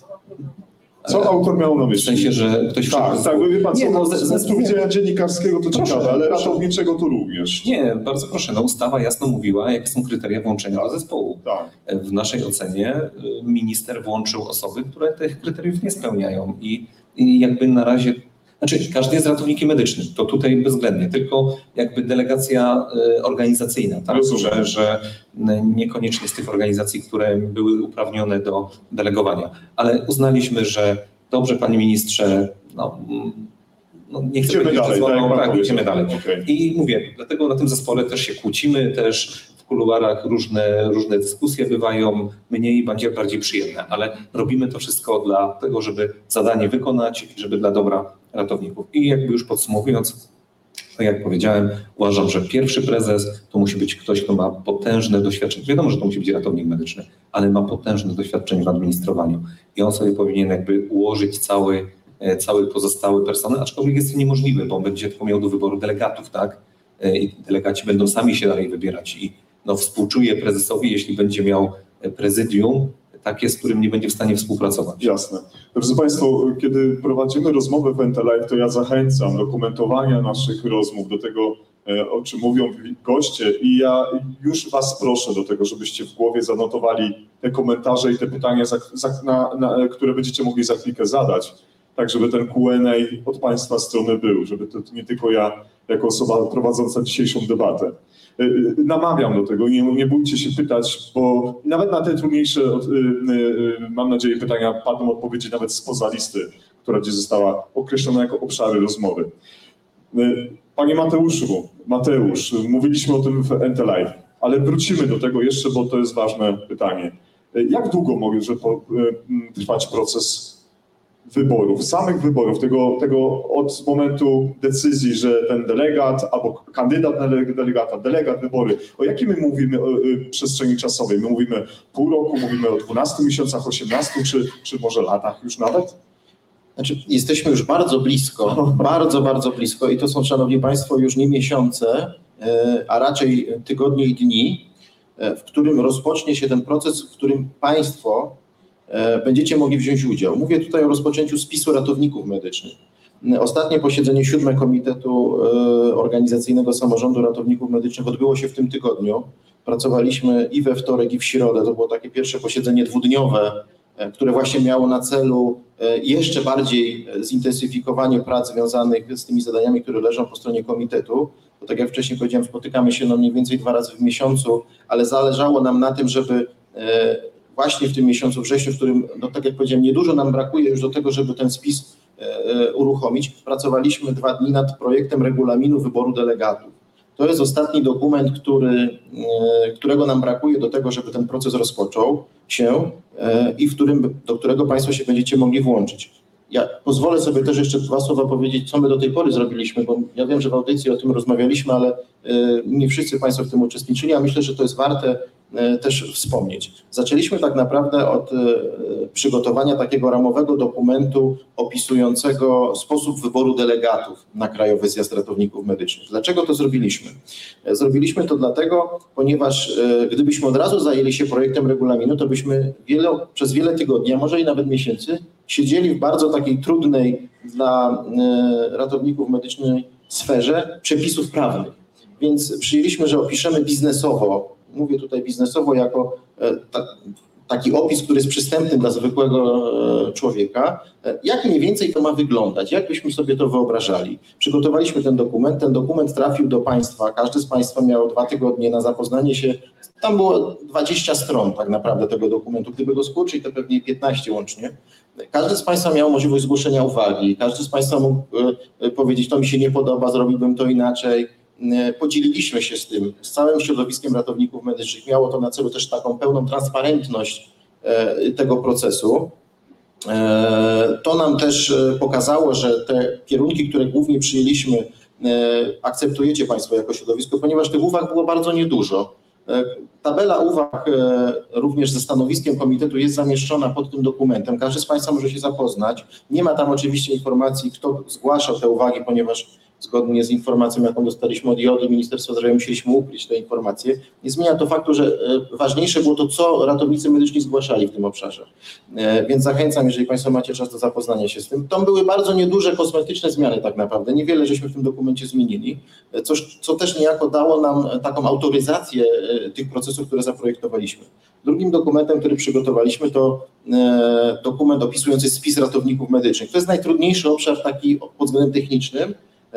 Co autor miał na myśli? W sensie, że ktoś... Tak, tak, bo wie pan, nie, co, no, z, z punktu widzenia dziennikarskiego to proszę, ciekawe, ale proszę. ratowniczego to również. Nie, bardzo proszę. No, ustawa jasno mówiła, jakie są kryteria włączenia do zespołu. Tak. W naszej ocenie minister włączył osoby, które tych kryteriów nie spełniają i, i jakby na razie... Znaczy, każdy jest ratownikiem medycznym, to tutaj bezwzględnie, tylko jakby delegacja organizacyjna, tak? Że, że niekoniecznie z tych organizacji, które były uprawnione do delegowania. Ale uznaliśmy, że dobrze, panie ministrze, no, no nie chcę idziemy dalej, dzwoną, tak, tak, idziemy dalej. Okay. I mówię, dlatego na tym zespole też się kłócimy, też w kuluarach różne, różne dyskusje bywają, mniej, bardziej, bardziej przyjemne, ale robimy to wszystko dla tego, żeby zadanie wykonać i żeby dla dobra ratowników. I jakby już podsumowując, tak jak powiedziałem, uważam, że pierwszy prezes to musi być ktoś, kto ma potężne doświadczenie. Wiadomo, że to musi być ratownik medyczny, ale ma potężne doświadczenie w administrowaniu i on sobie powinien jakby ułożyć cały, cały pozostały personel, aczkolwiek jest to niemożliwe, bo on będzie tylko miał do wyboru delegatów, tak? I delegaci będą sami się dalej wybierać i no, współczuję prezesowi, jeśli będzie miał prezydium, takie, z którym nie będzie w stanie współpracować. Jasne. Drodzy Państwo, kiedy prowadzimy rozmowę w Entelive, to ja zachęcam do komentowania naszych rozmów, do tego, o czym mówią goście i ja już Was proszę do tego, żebyście w głowie zanotowali te komentarze i te pytania, za, za, na, na, które będziecie mogli za chwilkę zadać, tak żeby ten Q and A od Państwa strony był, żeby to nie tylko ja jako osoba prowadząca dzisiejszą debatę. Namawiam do tego, nie, nie bójcie się pytać, bo nawet na te trudniejsze, mam nadzieję, pytania padną odpowiedzi nawet spoza listy, która gdzieś została określona jako obszary rozmowy. Panie Mateuszu, Mateusz, mówiliśmy o tym w Entelive, ale wrócimy do tego jeszcze, bo to jest ważne pytanie. Jak długo może trwać proces wyborów, samych wyborów, tego, tego od momentu decyzji, że ten delegat albo kandydat na delegata, delegat, wybory, o jakiej my mówimy o, o przestrzeni czasowej? My mówimy pół roku, mówimy o dwunastu miesiącach, osiemnastu, czy, czy może latach już nawet? Znaczy, jesteśmy już bardzo blisko, bardzo, bardzo blisko i to są, szanowni państwo, już nie miesiące, a raczej tygodnie i dni, w którym rozpocznie się ten proces, w którym państwo będziecie mogli wziąć udział. Mówię tutaj o rozpoczęciu spisu ratowników medycznych. Ostatnie posiedzenie siódme Komitetu Organizacyjnego Samorządu Ratowników Medycznych odbyło się w tym tygodniu. Pracowaliśmy i we wtorek, i w środę. To było takie pierwsze posiedzenie dwudniowe, które właśnie miało na celu jeszcze bardziej zintensyfikowanie prac związanych z tymi zadaniami, które leżą po stronie komitetu. Bo tak jak wcześniej powiedziałem, spotykamy się no mniej więcej dwa razy w miesiącu, ale zależało nam na tym, żeby właśnie w tym miesiącu wrześniu, w którym, no tak jak powiedziałem, niedużo nam brakuje już do tego, żeby ten spis e, uruchomić, pracowaliśmy dwa dni nad projektem regulaminu wyboru delegatów. To jest ostatni dokument, który, e, którego nam brakuje do tego, żeby ten proces rozpoczął się e, i w którym, do którego Państwo się będziecie mogli włączyć. Ja pozwolę sobie też jeszcze dwa słowa powiedzieć, co my do tej pory zrobiliśmy, bo ja wiem, że w audycji o tym rozmawialiśmy, ale nie wszyscy Państwo w tym uczestniczyli, a myślę, że to jest warte też wspomnieć. Zaczęliśmy tak naprawdę od przygotowania takiego ramowego dokumentu opisującego sposób wyboru delegatów na Krajowy Zjazd Ratowników Medycznych. Dlaczego to zrobiliśmy? Zrobiliśmy to dlatego, ponieważ gdybyśmy od razu zajęli się projektem regulaminu, to byśmy wiele, przez wiele tygodni, a może i nawet miesięcy, siedzieli w bardzo takiej trudnej dla ratowników medycznych sferze przepisów prawnych. Więc przyjęliśmy, że opiszemy biznesowo, mówię tutaj biznesowo jako ta, taki opis, który jest przystępny dla zwykłego człowieka, jak mniej więcej to ma wyglądać, jak byśmy sobie to wyobrażali. Przygotowaliśmy ten dokument, ten dokument trafił do Państwa, każdy z Państwa miał dwa tygodnie na zapoznanie się, tam było dwadzieścia stron tak naprawdę tego dokumentu, gdyby go skurczyć, to pewnie piętnaście łącznie. Każdy z Państwa miał możliwość zgłoszenia uwagi, każdy z Państwa mógł powiedzieć, to mi się nie podoba, zrobiłbym to inaczej. Podzieliliśmy się z tym, z całym środowiskiem ratowników medycznych. Miało to na celu też taką pełną transparentność tego procesu. To nam też pokazało, że te kierunki, które głównie przyjęliśmy, akceptujecie Państwo jako środowisko, ponieważ tych uwag było bardzo niedużo. Tabela uwag również ze stanowiskiem komitetu jest zamieszczona pod tym dokumentem. Każdy z Państwa może się zapoznać. Nie ma tam oczywiście informacji, kto zgłaszał te uwagi, ponieważ zgodnie z informacją, jaką dostaliśmy od I O D-u Ministerstwa Zdrowia, musieliśmy ukryć te informacje. Nie zmienia to faktu, że ważniejsze było to, co ratownicy medyczni zgłaszali w tym obszarze. Więc zachęcam, jeżeli Państwo macie czas do zapoznania się z tym. To były bardzo nieduże kosmetyczne zmiany tak naprawdę. Niewiele żeśmy w tym dokumencie zmienili, coś, co też niejako dało nam taką autoryzację tych procesów, które zaprojektowaliśmy. Drugim dokumentem, który przygotowaliśmy, to dokument opisujący spis ratowników medycznych. To jest najtrudniejszy obszar taki pod względem technicznym,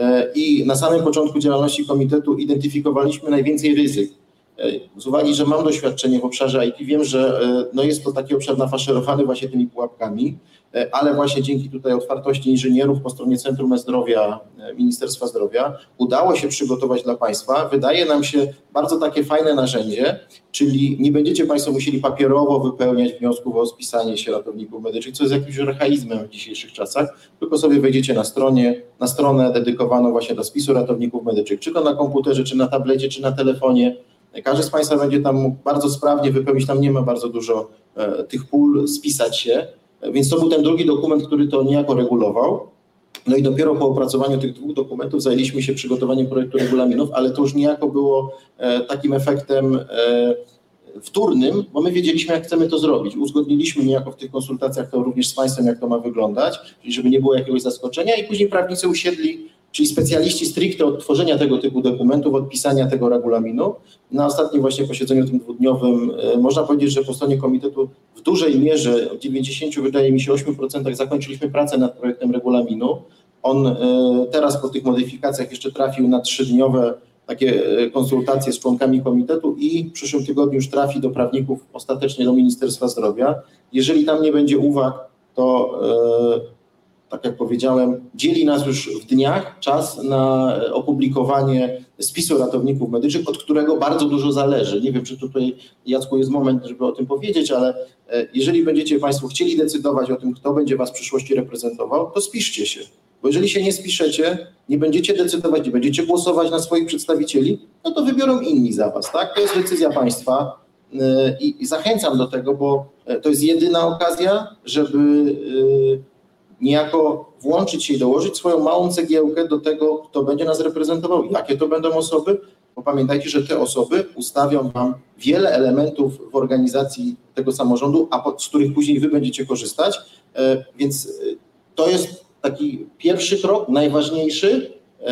i na samym początku działalności komitetu identyfikowaliśmy najwięcej ryzyk. Z uwagi, że mam doświadczenie w obszarze I T, wiem, że no jest to taki obszar nafaszerowany właśnie tymi pułapkami, ale właśnie dzięki tutaj otwartości inżynierów po stronie Centrum E-Zdrowia Ministerstwa Zdrowia udało się przygotować dla Państwa, wydaje nam się, bardzo takie fajne narzędzie, czyli nie będziecie Państwo musieli papierowo wypełniać wniosków o spisanie się ratowników medycznych, co jest jakimś archaizmem w dzisiejszych czasach, tylko sobie wejdziecie na stronie, na stronę dedykowaną właśnie do spisu ratowników medycznych, czy to na komputerze, czy na tablecie, czy na telefonie. Każdy z Państwa będzie tam mógł bardzo sprawnie wypełnić, tam nie ma bardzo dużo e, tych pól, spisać się, więc to był ten drugi dokument, który to niejako regulował. No i dopiero po opracowaniu tych dwóch dokumentów zajęliśmy się przygotowaniem projektu regulaminów, ale to już niejako było e, takim efektem e, wtórnym, bo my wiedzieliśmy, jak chcemy to zrobić. Uzgodniliśmy niejako w tych konsultacjach to również z Państwem, jak to ma wyglądać, czyli żeby nie było jakiegoś zaskoczenia i później prawnicy usiedli, czyli specjaliści stricte od tworzenia tego typu dokumentów, od pisania tego regulaminu. Na ostatnim właśnie posiedzeniu tym dwudniowym można powiedzieć, że po stronie komitetu w dużej mierze, w dziewięćdziesięciu, wydaje mi się, ośmiu procentach zakończyliśmy pracę nad projektem regulaminu. On teraz po tych modyfikacjach jeszcze trafił na trzydniowe takie konsultacje z członkami komitetu i w przyszłym tygodniu już trafi do prawników ostatecznie do Ministerstwa Zdrowia. Jeżeli tam nie będzie uwag, to tak jak powiedziałem, dzieli nas już w dniach czas na opublikowanie spisu ratowników medycznych, od którego bardzo dużo zależy. Nie wiem, czy tutaj, Jacku, jest moment, żeby o tym powiedzieć, ale jeżeli będziecie Państwo chcieli decydować o tym, kto będzie Was w przyszłości reprezentował, to spiszcie się. Bo jeżeli się nie spiszecie, nie będziecie decydować, nie będziecie głosować na swoich przedstawicieli, no to wybiorą inni za Was, tak? To jest decyzja Państwa i, i zachęcam do tego, bo to jest jedyna okazja, żeby niejako włączyć się i dołożyć swoją małą cegiełkę do tego, kto będzie nas reprezentował, jakie to będą osoby, bo pamiętajcie, że te osoby ustawią Wam wiele elementów w organizacji tego samorządu, a z których później Wy będziecie korzystać, więc to jest taki pierwszy krok, najważniejszy,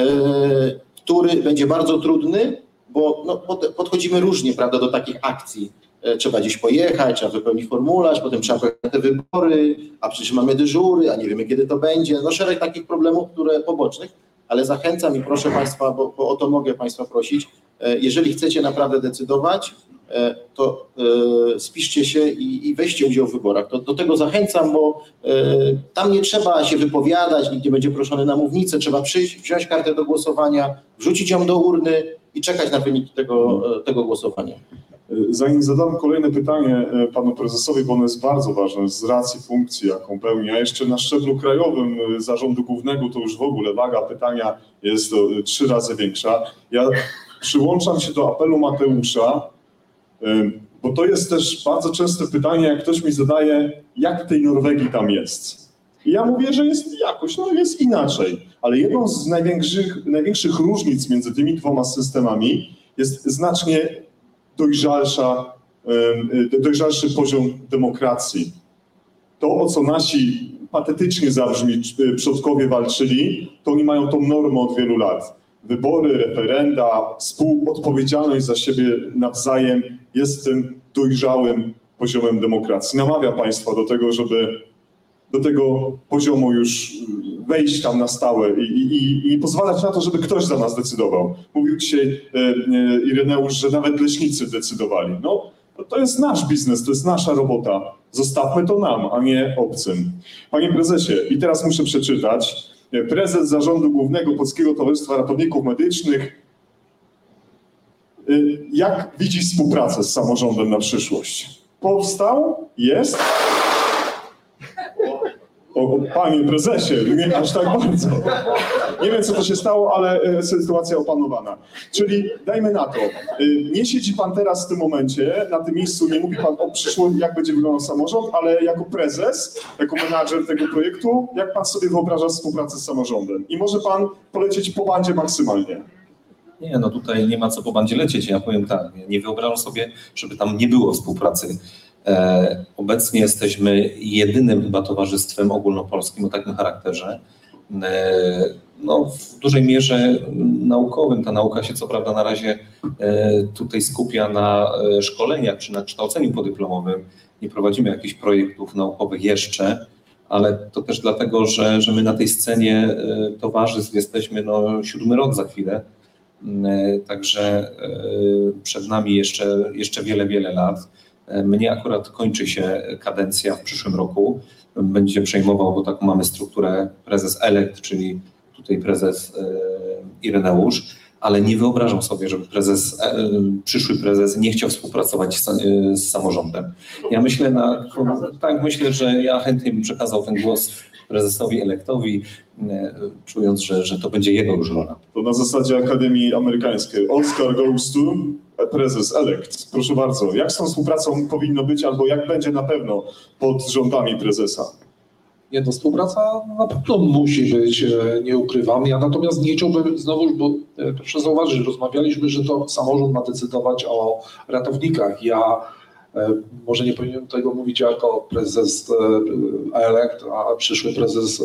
który będzie bardzo trudny, bo no, podchodzimy różnie, prawda, do takich akcji. Trzeba gdzieś pojechać, trzeba wypełnić formularz, potem trzeba pojechać na te wybory, a przecież mamy dyżury, a nie wiemy, kiedy to będzie. No szereg takich problemów, które pobocznych, ale zachęcam i proszę Państwa, bo, bo o to mogę Państwa prosić, jeżeli chcecie naprawdę decydować, to spiszcie się i, i weźcie udział w wyborach. To, do tego zachęcam, bo tam nie trzeba się wypowiadać, nikt nie będzie proszony na mównicę, trzeba przyjść, wziąć kartę do głosowania, wrzucić ją do urny i czekać na wyniki tego, tego głosowania. Zanim zadam kolejne pytanie panu prezesowi, bo ono jest bardzo ważne z racji funkcji, jaką pełni, a jeszcze na szczeblu krajowym zarządu głównego to już w ogóle waga pytania jest trzy razy większa. Ja przyłączam się do apelu Mateusza, bo to jest też bardzo częste pytanie, jak ktoś mi zadaje, jak w tej Norwegii tam jest. I ja mówię, że jest jakoś, no jest inaczej, ale jedną z największych, największych różnic między tymi dwoma systemami jest znacznie dojrzalsza, dojrzalszy poziom demokracji. To, o co nasi patetycznie zabrzmi przodkowie walczyli, to oni mają tą normę od wielu lat. Wybory, referenda, współodpowiedzialność za siebie nawzajem jest tym dojrzałym poziomem demokracji. Namawiam Państwa do tego, żeby do tego poziomu już wejść tam na stałe i, i, i pozwalać na to, żeby ktoś za nas decydował. Mówił dzisiaj e, Ireneusz, że nawet leśnicy decydowali. No, to jest nasz biznes, to jest nasza robota. Zostawmy to nam, a nie obcym. Panie prezesie, i teraz muszę przeczytać. Prezes Zarządu Głównego Polskiego Towarzystwa Ratowników Medycznych. Jak widzi współpracę z samorządem na przyszłość? Powstał? Jest? O, panie prezesie, nie aż tak bardzo. Nie wiem, co to się stało, ale sytuacja opanowana. Czyli dajmy na to, nie siedzi pan teraz w tym momencie, na tym miejscu, nie mówi pan o przyszłości, jak będzie wyglądał samorząd, ale jako prezes, jako menadżer tego projektu, jak pan sobie wyobraża współpracę z samorządem? I może pan polecieć po bandzie maksymalnie. Nie, no tutaj nie ma co po bandzie lecieć. Ja powiem tak, nie wyobrażam sobie, żeby tam nie było współpracy. E, obecnie jesteśmy jedynym chyba towarzystwem ogólnopolskim o takim charakterze. E, no, w dużej mierze naukowym. Ta nauka się co prawda na razie e, tutaj skupia na e, szkoleniach czy na kształceniu podyplomowym. Nie prowadzimy jakichś projektów naukowych jeszcze, ale to też dlatego, że, że my na tej scenie e, towarzystw jesteśmy no, siódmy rok za chwilę. E, także e, przed nami jeszcze, jeszcze wiele, wiele lat. Mnie akurat kończy się kadencja w przyszłym roku. Będzie przejmował, bo taką mamy strukturę prezes elekt, czyli tutaj prezes Ireneusz, ale nie wyobrażam sobie, żeby prezes, przyszły prezes nie chciał współpracować z, z samorządem. Ja myślę, na, tak myślę, że ja chętnie bym przekazał ten głos prezesowi elektowi, czując, że, że to będzie jego już rola. To na zasadzie Akademii Amerykańskiej. Oscar goes to prezes elekt. Proszę bardzo, jak z tą współpracą powinno być, albo jak będzie na pewno pod rządami prezesa? Nie, to współpraca na pewno musi być, nie ukrywam. Ja natomiast nie chciałbym znowu, bo proszę zauważyć, rozmawialiśmy, że to samorząd ma decydować o ratownikach. Ja może nie powinienem tego mówić jako prezes elekt, a przyszły prezes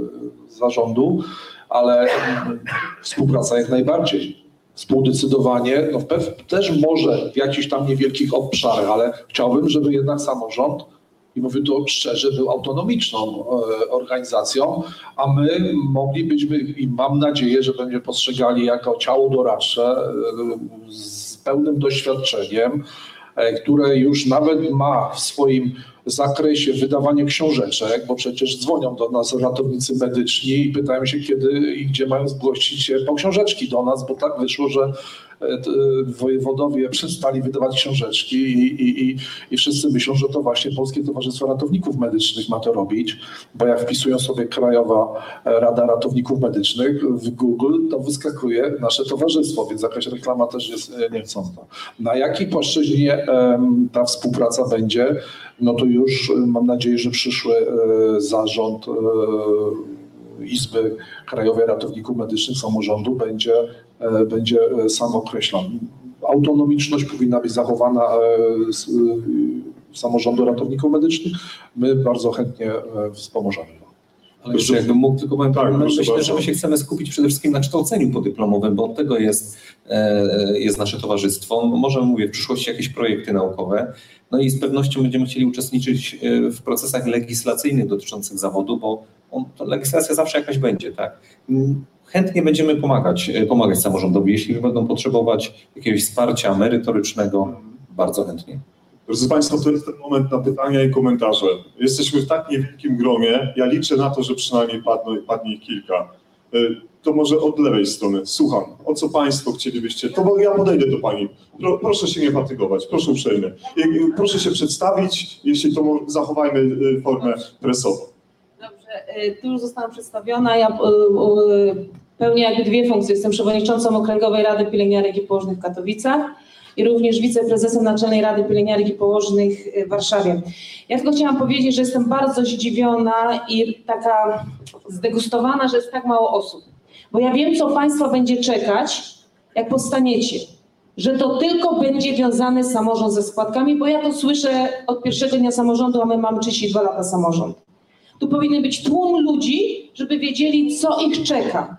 zarządu, ale współpraca jak najbardziej. Współdecydowanie, no też może w jakichś tam niewielkich obszarach, ale chciałbym, żeby jednak samorząd, i mówię to szczerze, był autonomiczną organizacją, a my moglibyśmy, i mam nadzieję, że będziemy postrzegali jako ciało doradcze z pełnym doświadczeniem, które już nawet ma w swoim zakresie wydawanie książeczek, bo przecież dzwonią do nas ratownicy medyczni i pytają się, kiedy i gdzie mają zgłosić się po książeczki do nas, bo tak wyszło, że wojewodowie przestali wydawać książeczki i, i, i, i wszyscy myślą, że to właśnie Polskie Towarzystwo Ratowników Medycznych ma to robić, bo jak wpisują sobie Krajowa Rada Ratowników Medycznych w Google, to wyskakuje nasze towarzystwo, więc jakaś reklama też jest niechcąca. Na jakiej płaszczyźnie um, ta współpraca będzie, no to już mam nadzieję, że przyszły e, zarząd e, Izby Krajowej Ratowników Medycznych samorządu będzie, e, będzie sam określony. Autonomiczność powinna być zachowana e, z, e, samorządu ratowników medycznych. My bardzo chętnie e, wspomożemy. Ale jeszcze jakbym mógł, tylko powiem, tak, myślę, bardzo. że my się chcemy skupić przede wszystkim na kształceniu podyplomowym, bo od tego jest, e, jest nasze towarzystwo. Może mówię, w przyszłości jakieś projekty naukowe. No i z pewnością będziemy chcieli uczestniczyć w procesach legislacyjnych dotyczących zawodu, bo on, to legislacja zawsze jakaś będzie, tak? Chętnie będziemy pomagać, pomagać samorządowi, jeśli będą potrzebować jakiegoś wsparcia merytorycznego, bardzo chętnie. Drodzy Państwo, to jest ten moment na pytania i komentarze. Jesteśmy w tak niewielkim gronie. Ja liczę na to, że przynajmniej padnie, padnie ich kilka. To może od lewej strony. Słucham. O co Państwo chcielibyście? To bo ja podejdę do Pani. Pro, proszę się nie fatygować. Proszę uprzejmie. Proszę się przedstawić. Jeśli to zachowajmy formę presową. Dobrze. Tu już zostałam przedstawiona. Ja pełnię jakby dwie funkcje. Jestem przewodniczącą Okręgowej Rady Pielęgniarek i Położnych w Katowicach i również wiceprezesem Naczelnej Rady Pielęgniarek i Położnych w Warszawie. Ja tylko chciałam powiedzieć, że jestem bardzo zdziwiona i taka zdegustowana, że jest tak mało osób. Bo ja wiem, co Państwa będzie czekać, jak powstaniecie. Że to tylko będzie wiązany samorząd ze składkami, bo ja to słyszę od pierwszego dnia samorządu, a my mamy trzydzieści dwa lata samorząd. Tu powinien być tłum ludzi, żeby wiedzieli, co ich czeka.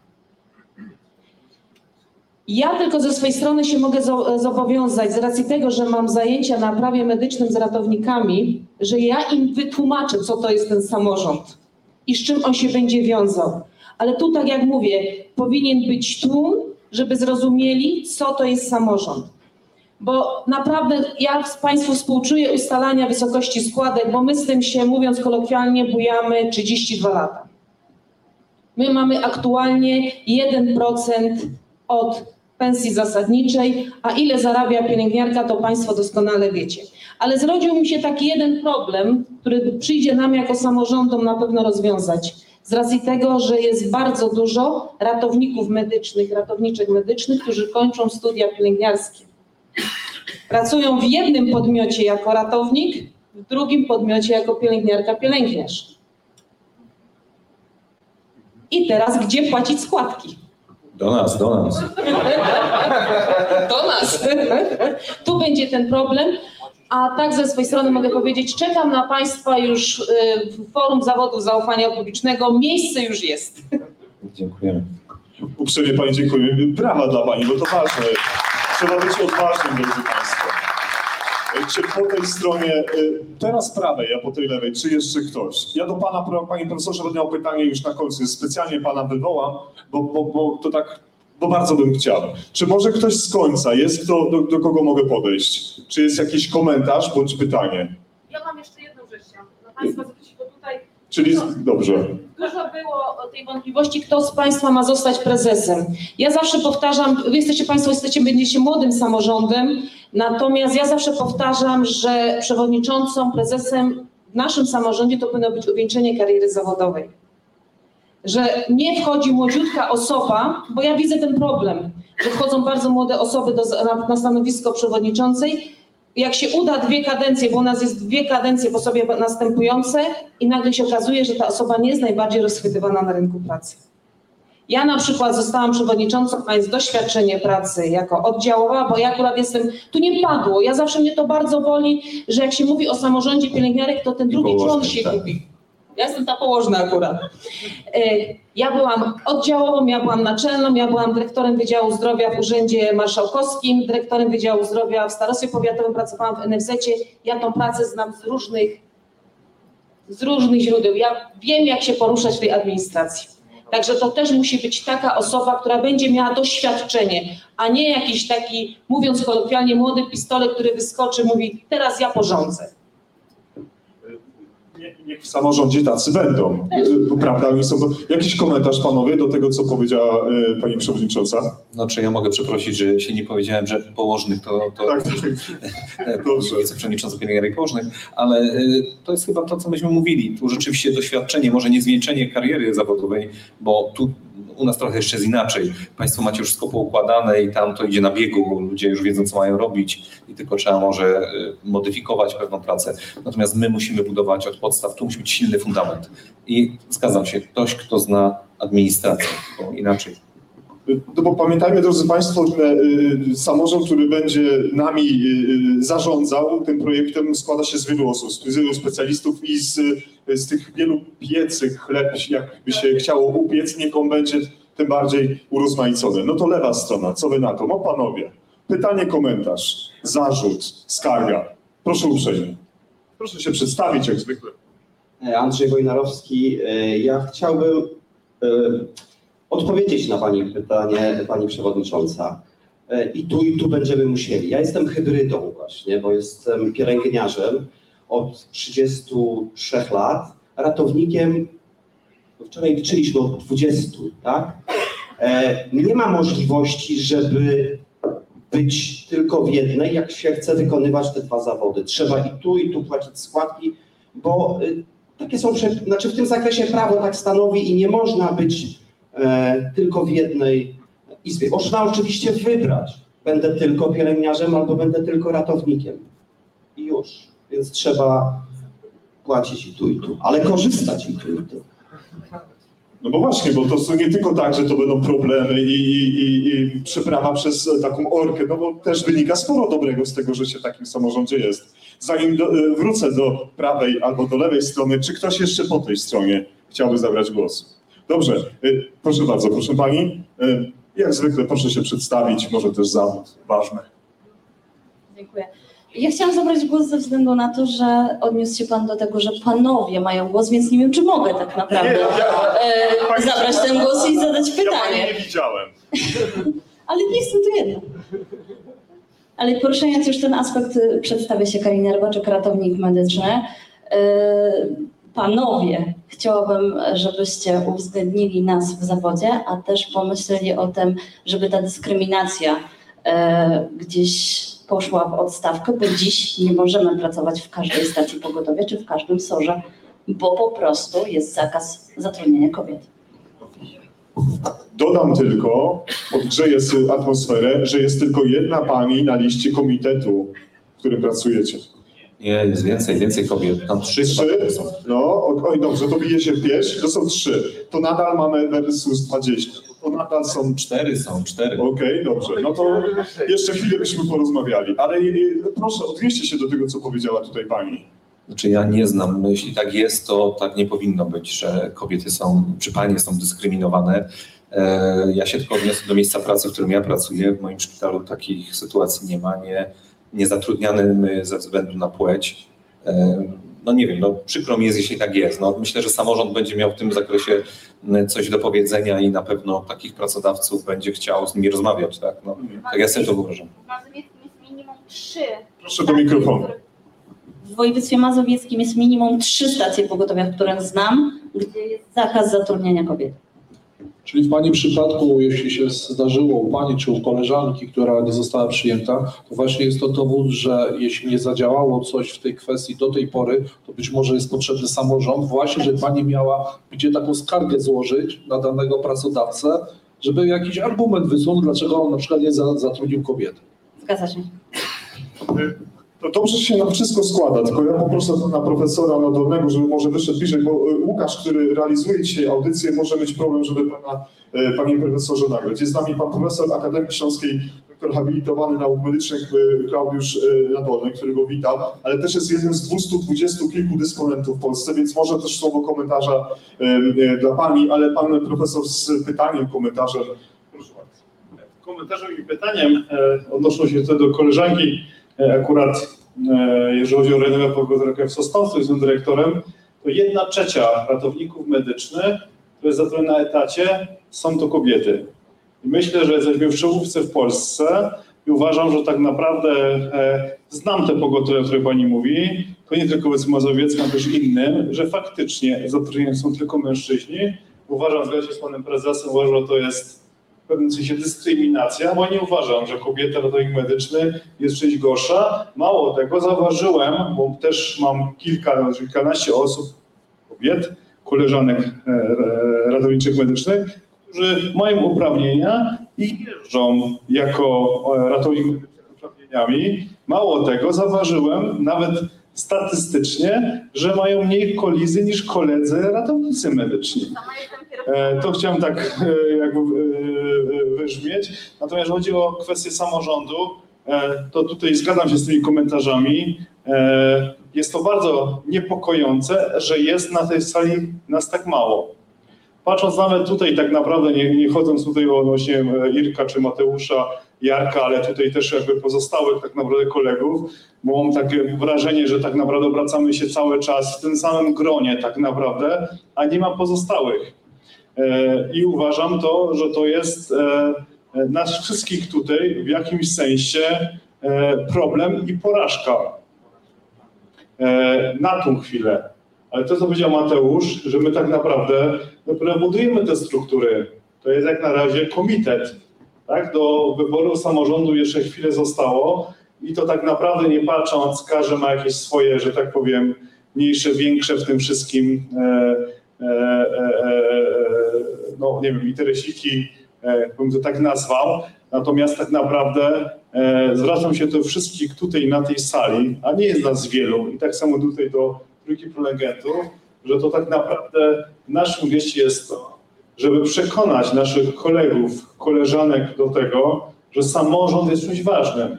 Ja tylko ze swojej strony się mogę zobowiązać, z racji tego, że mam zajęcia na prawie medycznym z ratownikami, że ja im wytłumaczę, co to jest ten samorząd i z czym on się będzie wiązał. Ale tu, tak jak mówię, powinien być tłum, żeby zrozumieli, co to jest samorząd. Bo naprawdę ja Państwu współczuję ustalania wysokości składek, bo my z tym się, mówiąc kolokwialnie, bujamy trzydzieści dwa lata. My mamy aktualnie jeden procent od pensji zasadniczej, a ile zarabia pielęgniarka, to Państwo doskonale wiecie. Ale zrodził mi się taki jeden problem, który przyjdzie nam jako samorządom na pewno rozwiązać. Z racji tego, że jest bardzo dużo ratowników medycznych, ratowniczek medycznych, którzy kończą studia pielęgniarskie. Pracują w jednym podmiocie jako ratownik, w drugim podmiocie jako pielęgniarka, pielęgniarz. I teraz gdzie płacić składki? Do nas, do nas. Do nas. Tu będzie ten problem. A tak ze swojej strony mogę powiedzieć, czekam na Państwa już w Forum Zawodów Zaufania Publicznego. Miejsce już jest. Dziękujemy. Uprzejmie Pani dziękuję. Brawa dla Pani, bo to ważne. Trzeba być odważnym, drodzy Państwo. Czy po tej stronie, teraz prawej, a po tej lewej, czy jeszcze ktoś? Ja do Pana, Panie Profesorze, będę miał pytanie już na końcu. Specjalnie Pana wywołam, bo, bo, bo to tak, bo bardzo bym chciał. Czy może ktoś z końca jest, kto, do, do kogo mogę podejść? Czy jest jakiś komentarz bądź pytanie? Ja mam jeszcze jedną rzecz. No Państwa zwrócić, bo tutaj... Czyli dobrze. Dużo było tej wątpliwości, kto z Państwa ma zostać prezesem. Ja zawsze powtarzam, wy jesteście Państwo, jesteście, będziecie młodym samorządem, natomiast ja zawsze powtarzam, że przewodniczącą, prezesem w naszym samorządzie to powinno być uwieńczenie kariery zawodowej. Że nie wchodzi młodziutka osoba, bo ja widzę ten problem, że wchodzą bardzo młode osoby do, na, na stanowisko przewodniczącej. Jak się uda dwie kadencje, bo u nas jest dwie kadencje po sobie następujące i nagle się okazuje, że ta osoba nie jest najbardziej rozchwytywana na rynku pracy. Ja na przykład zostałam przewodniczącą, mając doświadczenie pracy jako oddziałowa, bo ja akurat jestem, tu nie padło, ja zawsze mnie to bardzo boli, że jak się mówi o samorządzie pielęgniarek, to ten drugi człon się gubi. Ja jestem ta położna akurat. Ja byłam oddziałową, ja byłam naczelną, ja byłam dyrektorem Wydziału Zdrowia w Urzędzie Marszałkowskim, dyrektorem Wydziału Zdrowia w Starostwie Powiatowym, pracowałam w en ef zecie. Ja tą pracę znam z różnych, z różnych źródeł. Ja wiem, jak się poruszać w tej administracji. Także to też musi być taka osoba, która będzie miała doświadczenie, a nie jakiś taki, mówiąc kolokwialnie, młody pistolet, który wyskoczy, mówi, teraz ja porządzę. Niech w samorządzie tacy będą, prawda? Oni są... Jakiś komentarz, panowie, do tego, co powiedziała y, pani przewodnicząca? No, czy ja mogę przeprosić, że się nie powiedziałem, że położnych to... to tak, dobrze. Wiceprzewodniczący pielęgniarek położnych, ale y, to jest chyba to, co myśmy mówili. Tu rzeczywiście doświadczenie, może nie zwieńczenie kariery zawodowej, bo tu u nas trochę jeszcze jest inaczej. Państwo macie już wszystko poukładane i tam to idzie na biegu, bo ludzie już wiedzą, co mają robić i tylko trzeba może modyfikować pewną pracę. Natomiast my musimy budować od podstaw, tu musi być silny fundament. I zgadzam się, ktoś, kto zna administrację, bo inaczej. No bo pamiętajmy, drodzy Państwo, że samorząd, który będzie nami zarządzał tym projektem, składa się z wielu osób, z wielu specjalistów i z, z tych wielu piecych chleb, jakby się chciało upiec, niech on będzie tym bardziej urozmaicony. No to lewa strona, co wy na to? No panowie, pytanie, komentarz, zarzut, skarga. Proszę uprzejmie. Proszę się przedstawić jak zwykle. Andrzej Wojnarowski. Ja chciałbym odpowiedzieć na Pani pytanie, Pani Przewodnicząca. I tu, i tu będziemy musieli. Ja jestem hybrydą właśnie, bo jestem pielęgniarzem od trzydziestu trzech lat, ratownikiem wczoraj liczyliśmy od dwudziestu, tak? Nie ma możliwości, żeby być tylko w jednej, jak się chce wykonywać te dwa zawody. Trzeba i tu, i tu płacić składki, bo takie są, znaczy w tym zakresie prawo tak stanowi i nie można być e, tylko w jednej izbie. Można oczywiście wybrać, będę tylko pielęgniarzem albo będę tylko ratownikiem. I już. Więc trzeba płacić i tu, i tu, ale korzystać i tu, i tu. No bo właśnie, bo to nie tylko tak, że to będą problemy i, i, i, i przeprawa przez taką orkę, no bo też wynika sporo dobrego z tego, że się w takim samorządzie jest. Zanim do, wrócę do prawej albo do lewej strony, czy ktoś jeszcze po tej stronie chciałby zabrać głos? Dobrze, proszę bardzo, proszę pani. Jak zwykle proszę się przedstawić, może też zawód ważny. Dziękuję. Ja chciałam zabrać głos ze względu na to, że odniósł się pan do tego, że panowie mają głos, więc nie wiem, czy mogę tak naprawdę nie, ja, e, zabrać ten głos i zadać pytanie. Ja pani nie widziałem. Ale nie jestem tu jedna. Ale poruszając już ten aspekt, przedstawia się Karina Rybaczyk, ratownik medyczny. E, panowie, chciałabym, żebyście uwzględnili nas w zawodzie, a też pomyśleli o tym, żeby ta dyskryminacja e, gdzieś poszła w odstawkę, bo dziś nie możemy pracować w każdej stacji pogotowia czy w każdym sorze, bo po prostu jest zakaz zatrudnienia kobiet. Dodam tylko, odgrzeję atmosferę, że jest tylko jedna pani na liście komitetu, w którym pracujecie. Nie, jest więcej, więcej kobiet. Tam trzy. Trzy? No, oj dobrze, to bije się w pierś, to są trzy. To nadal mamy versus dwadzieścia. To nadal są cztery. są, cztery. Okej, okay, dobrze. No to jeszcze chwilę byśmy porozmawiali. Ale proszę, odnieście się do tego, co powiedziała tutaj pani. Znaczy ja nie znam, jeśli tak jest, to tak nie powinno być, że kobiety są, czy panie są dyskryminowane. Ja się tylko odniosę do miejsca pracy, w którym ja pracuję. W moim szpitalu takich sytuacji nie ma. Nie, nie zatrudniany my ze względu na płeć. No nie wiem, no przykro mi jest, jeśli tak jest. No myślę, że samorząd będzie miał w tym zakresie coś do powiedzenia i na pewno takich pracodawców będzie chciał z nimi rozmawiać, tak? No, tak ja sobie to wyobrażam. W Mazowieckim jest minimum trzy. Proszę do mikrofonu. W województwie mazowieckim jest minimum trzy stacje pogotowia, które znam, gdzie jest zakaz zatrudniania kobiet. Czyli w pani przypadku, jeśli się zdarzyło u pani czy u koleżanki, która nie została przyjęta, to właśnie jest to dowód, że jeśli nie zadziałało coś w tej kwestii do tej pory, to być może jest potrzebny samorząd właśnie, żeby pani miała gdzie taką skargę złożyć na danego pracodawcę, żeby jakiś argument wysunął, dlaczego on na przykład nie zatrudnił kobiety. Zgadza się. To dobrze się nam wszystko składa, tylko ja poproszę na profesora Nadolnego, żeby może wyszedł bliżej, bo Łukasz, który realizuje dzisiaj audycję, może mieć problem, żeby pana, panie profesorze nagrać. Jest z nami pan profesor Akademii Śląskiej, doktor habilitowany nauk medycznych Klaudiusz Nadolny, którego witam, ale też jest jednym z dwustu dwudziestu kilku dysponentów w Polsce, więc może też słowo komentarza dla pani, ale pan profesor z pytaniem, komentarzem. Proszę bardzo. Komentarzem i pytaniem odnoszą się tutaj do koleżanki. Akurat jeżeli chodzi o Renowę Pogotowkę w Sosnowcu, jestem dyrektorem, to jedna trzecia ratowników medycznych, które jest zatrudnione na etacie, są to kobiety. I myślę, że jesteśmy w czołówce w Polsce i uważam, że tak naprawdę e, znam te pogotowie, o których pani mówi, to nie tylko w Mazowieckim, ale też innym, że faktycznie zatrudnieni są tylko mężczyźni. Uważam, zgadzam się z panem prezesem, uważam, że to jest w pewnym sensie dyskryminacja, bo nie uważam, że kobieta ratownik medyczny jest czymś gorsza. Mało tego, zauważyłem, bo też mam kilka, kilkanaście osób, kobiet, koleżanek ratowniczych medycznych, którzy mają uprawnienia i jeżdżą jako ratownik medyczny z uprawnieniami. Mało tego, zauważyłem nawet statystycznie, że mają mniej kolizji niż koledzy ratownicy medyczni. To chciałem tak jakby wybrzmieć. Natomiast chodzi o kwestię samorządu, to tutaj zgadzam się z tymi komentarzami. Jest to bardzo niepokojące, że jest na tej sali nas tak mało. Patrząc nawet tutaj tak naprawdę, nie, nie chodząc tutaj o odnośnie Irka czy Mateusza, Jarka, ale tutaj też jakby pozostałych tak naprawdę kolegów, bo mam takie wrażenie, że tak naprawdę obracamy się cały czas w tym samym gronie tak naprawdę, a nie ma pozostałych. I uważam to, że to jest nas wszystkich tutaj w jakimś sensie problem i porażka. Na tą chwilę. Ale to, co powiedział Mateusz, że my tak naprawdę dopiero budujemy te struktury. To jest jak na razie komitet. Tak? Do wyboru samorządu jeszcze chwilę zostało i to tak naprawdę nie patrząc, każdy ma jakieś swoje, że tak powiem, mniejsze, większe w tym wszystkim, e, e, e, no nie wiem, interesiki, e, bym to tak nazwał. Natomiast tak naprawdę e, zwracam się do wszystkich tutaj na tej sali, a nie jest nas wielu i tak samo tutaj do trójki prelegentów, że to tak naprawdę w naszym mieście jest to, żeby przekonać naszych kolegów, koleżanek do tego, że samorząd jest czymś ważnym.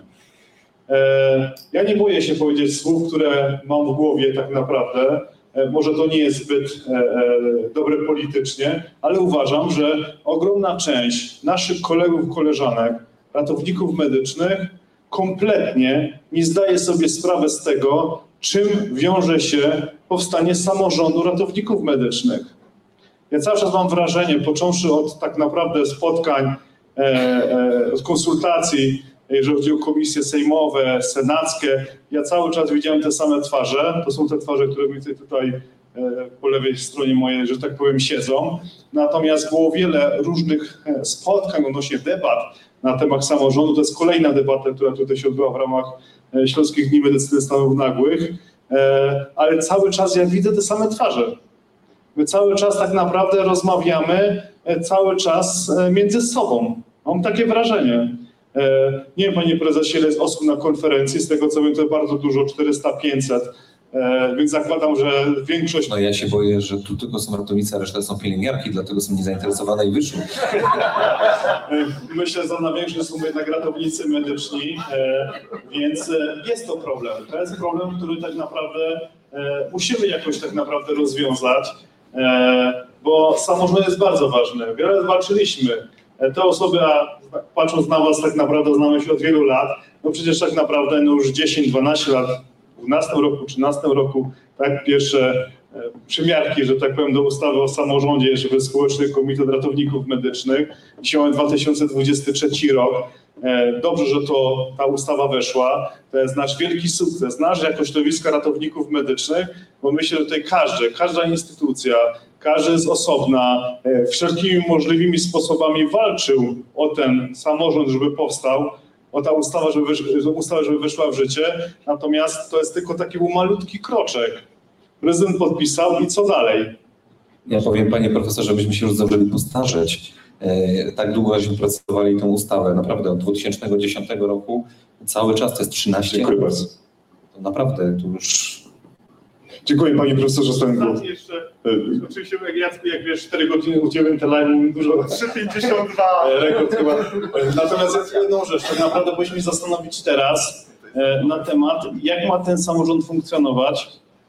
E, ja nie boję się powiedzieć słów, które mam w głowie tak naprawdę. E, może to nie jest zbyt e, e, dobre politycznie, ale uważam, że ogromna część naszych kolegów, koleżanek, ratowników medycznych kompletnie nie zdaje sobie sprawy z tego, czym wiąże się powstanie samorządu ratowników medycznych. Ja cały czas mam wrażenie, począwszy od tak naprawdę spotkań, e, e, od konsultacji, jeżeli chodzi o komisje sejmowe, senackie, ja cały czas widziałem te same twarze. To są te twarze, które mi tutaj e, po lewej stronie mojej, że tak powiem, siedzą. Natomiast było wiele różnych spotkań odnośnie debat na temat samorządu. To jest kolejna debata, która tutaj się odbyła w ramach Śląskich Dni Medycyny Stanów Nagłych. E, ale cały czas ja widzę te same twarze. My cały czas tak naprawdę rozmawiamy cały czas między sobą. Mam takie wrażenie. Nie wiem, panie prezesie, ile jest osób na konferencji, z tego co wiem, to bardzo dużo, czterysta pięćset, więc zakładam, że większość... No ja się boję, że tu tylko są ratownicy, a reszta są pielęgniarki, dlatego są niezainteresowane i wyszły. Myślę, że na większość są jednak ratownicy medyczni, więc jest to problem. To jest problem, który tak naprawdę musimy jakoś tak naprawdę rozwiązać, bo samorząd jest bardzo ważny. Wiele walczyliśmy. Te osoby, a patrząc na was, tak naprawdę znamy się od wielu lat, no przecież tak naprawdę no już dziesięć dwanaście lat, w dwunastym roku, trzynastym roku, tak, pierwsze przymiarki, że tak powiem, do ustawy o samorządzie, żeby Społeczny Komitet Ratowników Medycznych. Dzisiaj mamy dwa tysiące dwudziesty trzeci rok. Dobrze, że to ta ustawa weszła. To jest nasz wielki sukces, nasz jako środowiska ratowników medycznych, bo myślę, że tutaj każdy, każda instytucja, każdy z osobna wszelkimi możliwymi sposobami walczył o ten samorząd, żeby powstał, o ta ustawa, żeby, ustawa, żeby weszła w życie. Natomiast to jest tylko taki malutki kroczek. Prezydent podpisał i co dalej? Ja powiem, panie profesorze, byśmy się już zdążyli postarzeć. Tak długo żeśmy pracowali tą ustawę, naprawdę od dwa tysiące dziesiątego roku, cały czas to jest trzynaście. Dziękuję bardzo. To naprawdę to już... Dziękuję panie profesorze Stęgu. Jeszcze, oczywiście jak Jacku, jak wiesz, cztery godziny u ciebie te live mówię dużo. trzy pięćdziesiąt dwa rekord chyba. Natomiast jest jedną rzecz, tak naprawdę powinniśmy zastanowić teraz na temat, jak ma ten samorząd funkcjonować.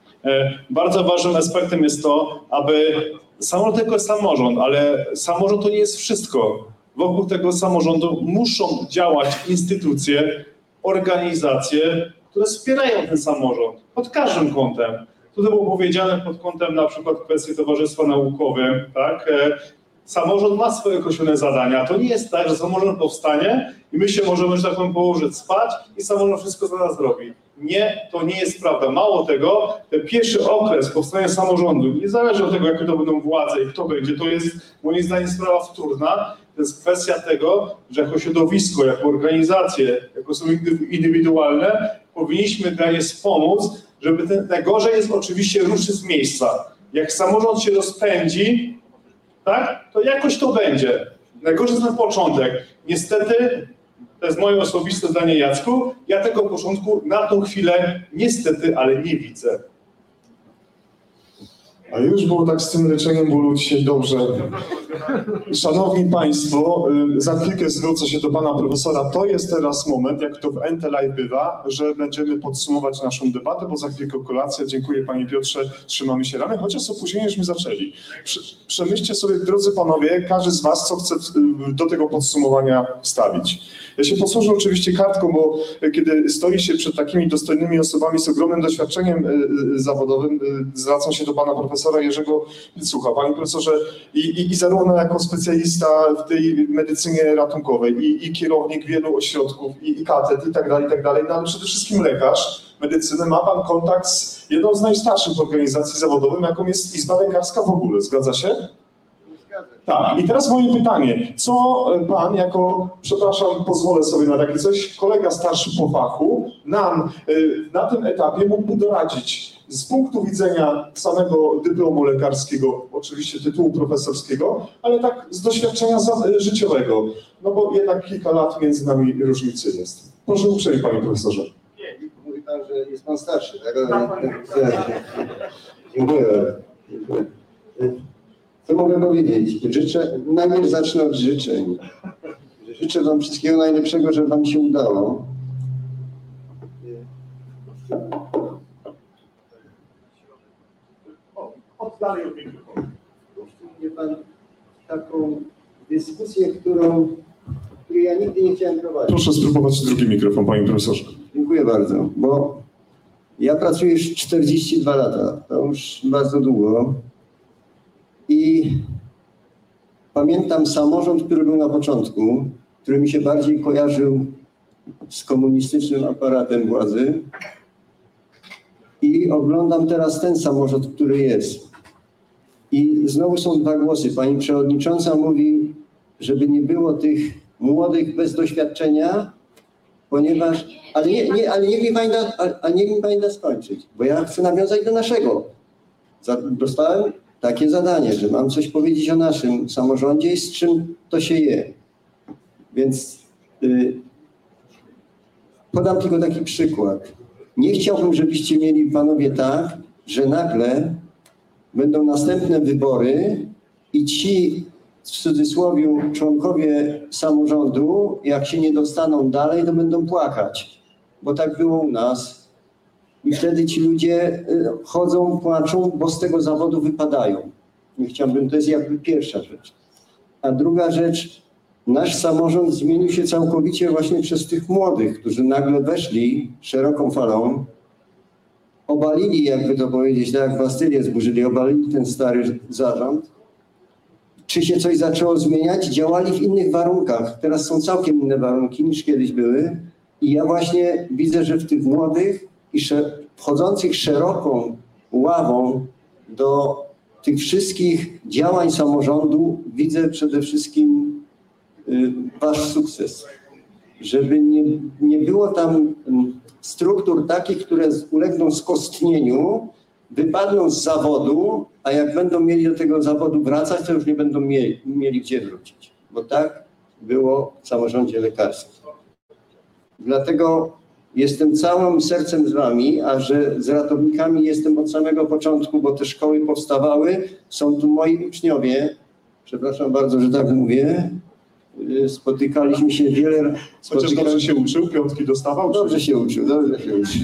Bardzo ważnym aspektem jest to, aby samorząd tylko jest samorząd, ale samorząd to nie jest wszystko. Wokół tego samorządu muszą działać instytucje, organizacje, które wspierają ten samorząd pod każdym kątem. Tutaj było powiedziane pod kątem na przykład kwestii towarzystwa naukowym, tak? Samorząd ma swoje określone zadania. To nie jest tak, że samorząd powstanie i my się możemy, że tak powiem, położyć spać i samorząd wszystko za nas zrobi. Nie, to nie jest prawda. Mało tego, ten pierwszy okres powstania samorządu, niezależnie od tego, jakie to będą władze i kto będzie, to jest moim zdaniem sprawa wtórna. To jest kwestia tego, że jako środowisko, jako organizacje, jako osoby indywidualne powinniśmy dla niej wspomóc, żeby ten, najgorzej jest oczywiście ruszyć z miejsca. Jak samorząd się rozpędzi, tak, to jakoś to będzie. Najgorzej jest na początek. Niestety, to jest moje osobiste zdanie, Jacku, ja tego początku na tą chwilę niestety, ale nie widzę. A już było tak z tym leczeniem bólu dzisiaj dobrze. Szanowni Państwo, za chwilkę zwrócę się do Pana Profesora. To jest teraz moment, jak to w N T Live bywa, że będziemy podsumować naszą debatę, bo za chwilkę kolacja. Dziękuję Panie Piotrze, trzymamy się ramy, chociaż opóźnieniśmy zaczęli. Przemyślcie sobie, drodzy Panowie, każdy z Was, co chce do tego podsumowania wstawić. Ja się posłużę oczywiście kartką, bo kiedy stoi się przed takimi dostojnymi osobami z ogromnym doświadczeniem zawodowym, zwracam się do pana profesora Jerzego Słucha. Panie profesorze, i, i, i zarówno jako specjalista w tej medycynie ratunkowej, i, i kierownik wielu ośrodków, i, i katedr, i tak dalej, i tak dalej, no ale przede wszystkim lekarz medycyny, ma pan kontakt z jedną z najstarszych organizacji zawodowych, jaką jest Izba Lekarska w ogóle. Zgadza się? Tak. I teraz moje pytanie. Co pan jako, przepraszam, pozwolę sobie na takie coś, kolega starszy po fachu, nam na tym etapie mógłby doradzić z punktu widzenia samego dyplomu lekarskiego, oczywiście tytułu profesorskiego, ale tak z doświadczenia życiowego, no bo jednak kilka lat między nami różnicy jest. Proszę uprzejmie, panie profesorze. Mówi pan, że jest pan starszy, tak? Dziękuję bardzo. Co mogę powiedzieć? Życzę, najpierw zacznę od życzeń. Życzę wam wszystkiego najlepszego, żeby wam się udało. Oddalej od mikrofonu. Wie pan taką dyskusję, którą, której ja nigdy nie chciałem prowadzić. Proszę spróbować drugi mikrofon, panie profesorze. Dziękuję bardzo, bo ja pracuję już czterdzieści dwa lata, to już bardzo długo i pamiętam samorząd, który był na początku, który mi się bardziej kojarzył z komunistycznym aparatem władzy i oglądam teraz ten samorząd, który jest. I znowu są dwa głosy. Pani przewodnicząca mówi, żeby nie było tych młodych bez doświadczenia, ponieważ, ale nie, nie, ale niech mi pani da, a niech mi pani da skończyć, bo ja chcę nawiązać do naszego. Dostałem takie zadanie, że mam coś powiedzieć o naszym samorządzie i z czym to się je. Więc y, podam tylko taki przykład. Nie chciałbym, żebyście mieli panowie tak, że nagle będą następne wybory i ci w cudzysłowie członkowie samorządu, jak się nie dostaną dalej, to będą płakać, bo tak było u nas. I wtedy ci ludzie chodzą, płaczą, bo z tego zawodu wypadają. Nie chciałbym, to jest jakby pierwsza rzecz. A druga rzecz, nasz samorząd zmienił się całkowicie właśnie przez tych młodych, którzy nagle weszli szeroką falą, obalili, jakby to powiedzieć, tak jak Bastylię zburzyli, obalili ten stary zarząd. Czy się coś zaczęło zmieniać? Działali w innych warunkach. Teraz są całkiem inne warunki niż kiedyś były. I ja właśnie widzę, że w tych młodych i wchodzących szeroką ławą do tych wszystkich działań samorządu widzę przede wszystkim y, wasz sukces. Żeby nie, nie było tam struktur takich, które ulegną skostnieniu, wypadną z zawodu, a jak będą mieli do tego zawodu wracać, to już nie będą mieli, mieli gdzie wrócić. Bo tak było w samorządzie lekarskim. Dlatego jestem całym sercem z wami, a że z ratownikami jestem od samego początku, bo te szkoły powstawały, są tu moi uczniowie, przepraszam bardzo, że tak mówię, spotykaliśmy się wiele... Chociaż dobrze się uczył, piątki dostawał? Dobrze się uczył, dobrze się uczył.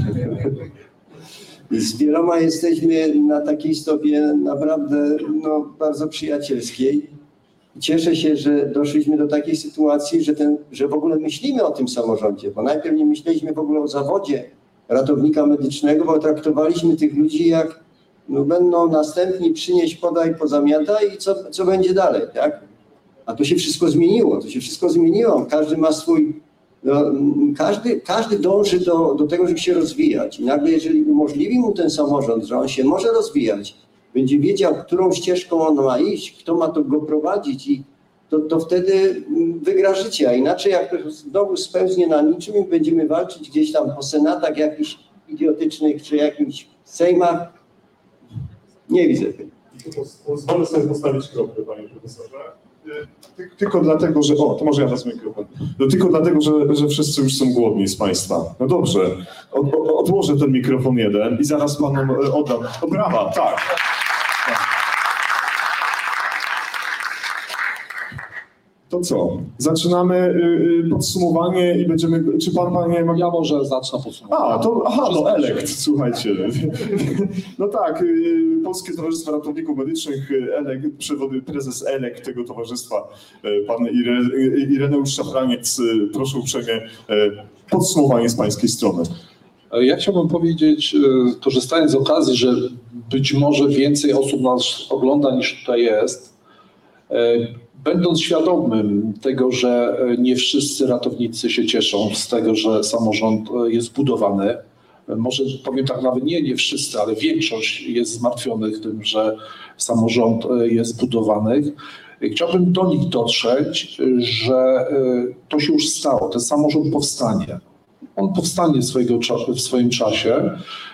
Z wieloma jesteśmy na takiej stopie naprawdę no, bardzo przyjacielskiej. Cieszę się, że doszliśmy do takiej sytuacji, że, ten, że w ogóle myślimy o tym samorządzie, bo najpierw nie myśleliśmy w ogóle o zawodzie ratownika medycznego, bo traktowaliśmy tych ludzi jak no, będą następni przynieść, podaj, pozamiataj i co, co będzie dalej, tak? A to się wszystko zmieniło, to się wszystko zmieniło. Każdy ma swój, no, każdy, każdy dąży do, do tego, żeby się rozwijać. I nagle, jeżeli umożliwi mu ten samorząd, że on się może rozwijać, będzie wiedział, którą ścieżką on ma iść, kto ma to go prowadzić i to, to wtedy wygra życie. A inaczej, jak to znowu spełznie na niczym i będziemy walczyć gdzieś tam po senatach jakichś idiotycznych czy jakichś sejmach, nie widzę tego. Pozwolę sobie postawić kropkę, panie profesorze. Tylko dlatego, że... O, to może ja wezmę mikrofon. No, tylko dlatego, że, że wszyscy już są głodni z państwa. No dobrze, od, odłożę ten mikrofon jeden i zaraz panom oddam. O, brawa, tak. To co? Zaczynamy y, podsumowanie i będziemy... Czy pan, panie... Ja może zacznę podsumowanie. A, to, aha, no Elekt, słuchajcie. No tak, y, Polskie Towarzystwo Ratowników Medycznych, Elekt, przewody, prezes Elekt tego towarzystwa, y, pan Ire, y, Ireneusz Szafraniec, y, proszę uprzejmie y, podsumowanie z pańskiej strony. Ja chciałbym powiedzieć, y, korzystając z okazji, że być może więcej osób nas ogląda niż tutaj jest, y, będąc świadomym tego, że nie wszyscy ratownicy się cieszą z tego, że samorząd jest budowany, może powiem tak, nawet nie, nie wszyscy, ale większość jest zmartwionych tym, że samorząd jest budowany. Chciałbym do nich dotrzeć, że to się już stało, ten samorząd powstanie. On powstanie swojego, w swoim czasie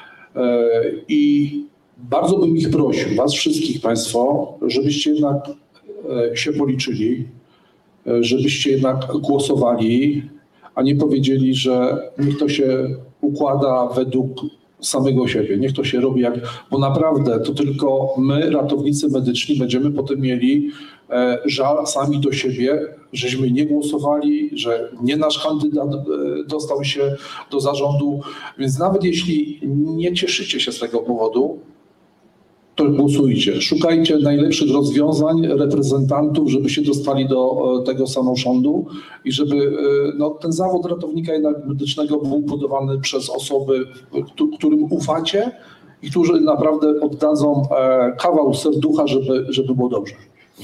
i bardzo bym ich prosił, was wszystkich państwo, żebyście jednak się policzyli, żebyście jednak głosowali, a nie powiedzieli, że niech to się układa według samego siebie, niech to się robi jak, bo naprawdę to tylko my, ratownicy medyczni, będziemy potem mieli żal sami do siebie, żeśmy nie głosowali, że nie nasz kandydat dostał się do zarządu, więc nawet jeśli nie cieszycie się z tego powodu, to głosujcie. Szukajcie najlepszych rozwiązań, reprezentantów, żeby się dostali do tego samorządu i żeby no, ten zawód ratownika jednak medycznego był budowany przez osoby, którym ufacie i którzy naprawdę oddadzą kawał serducha, żeby, żeby było dobrze.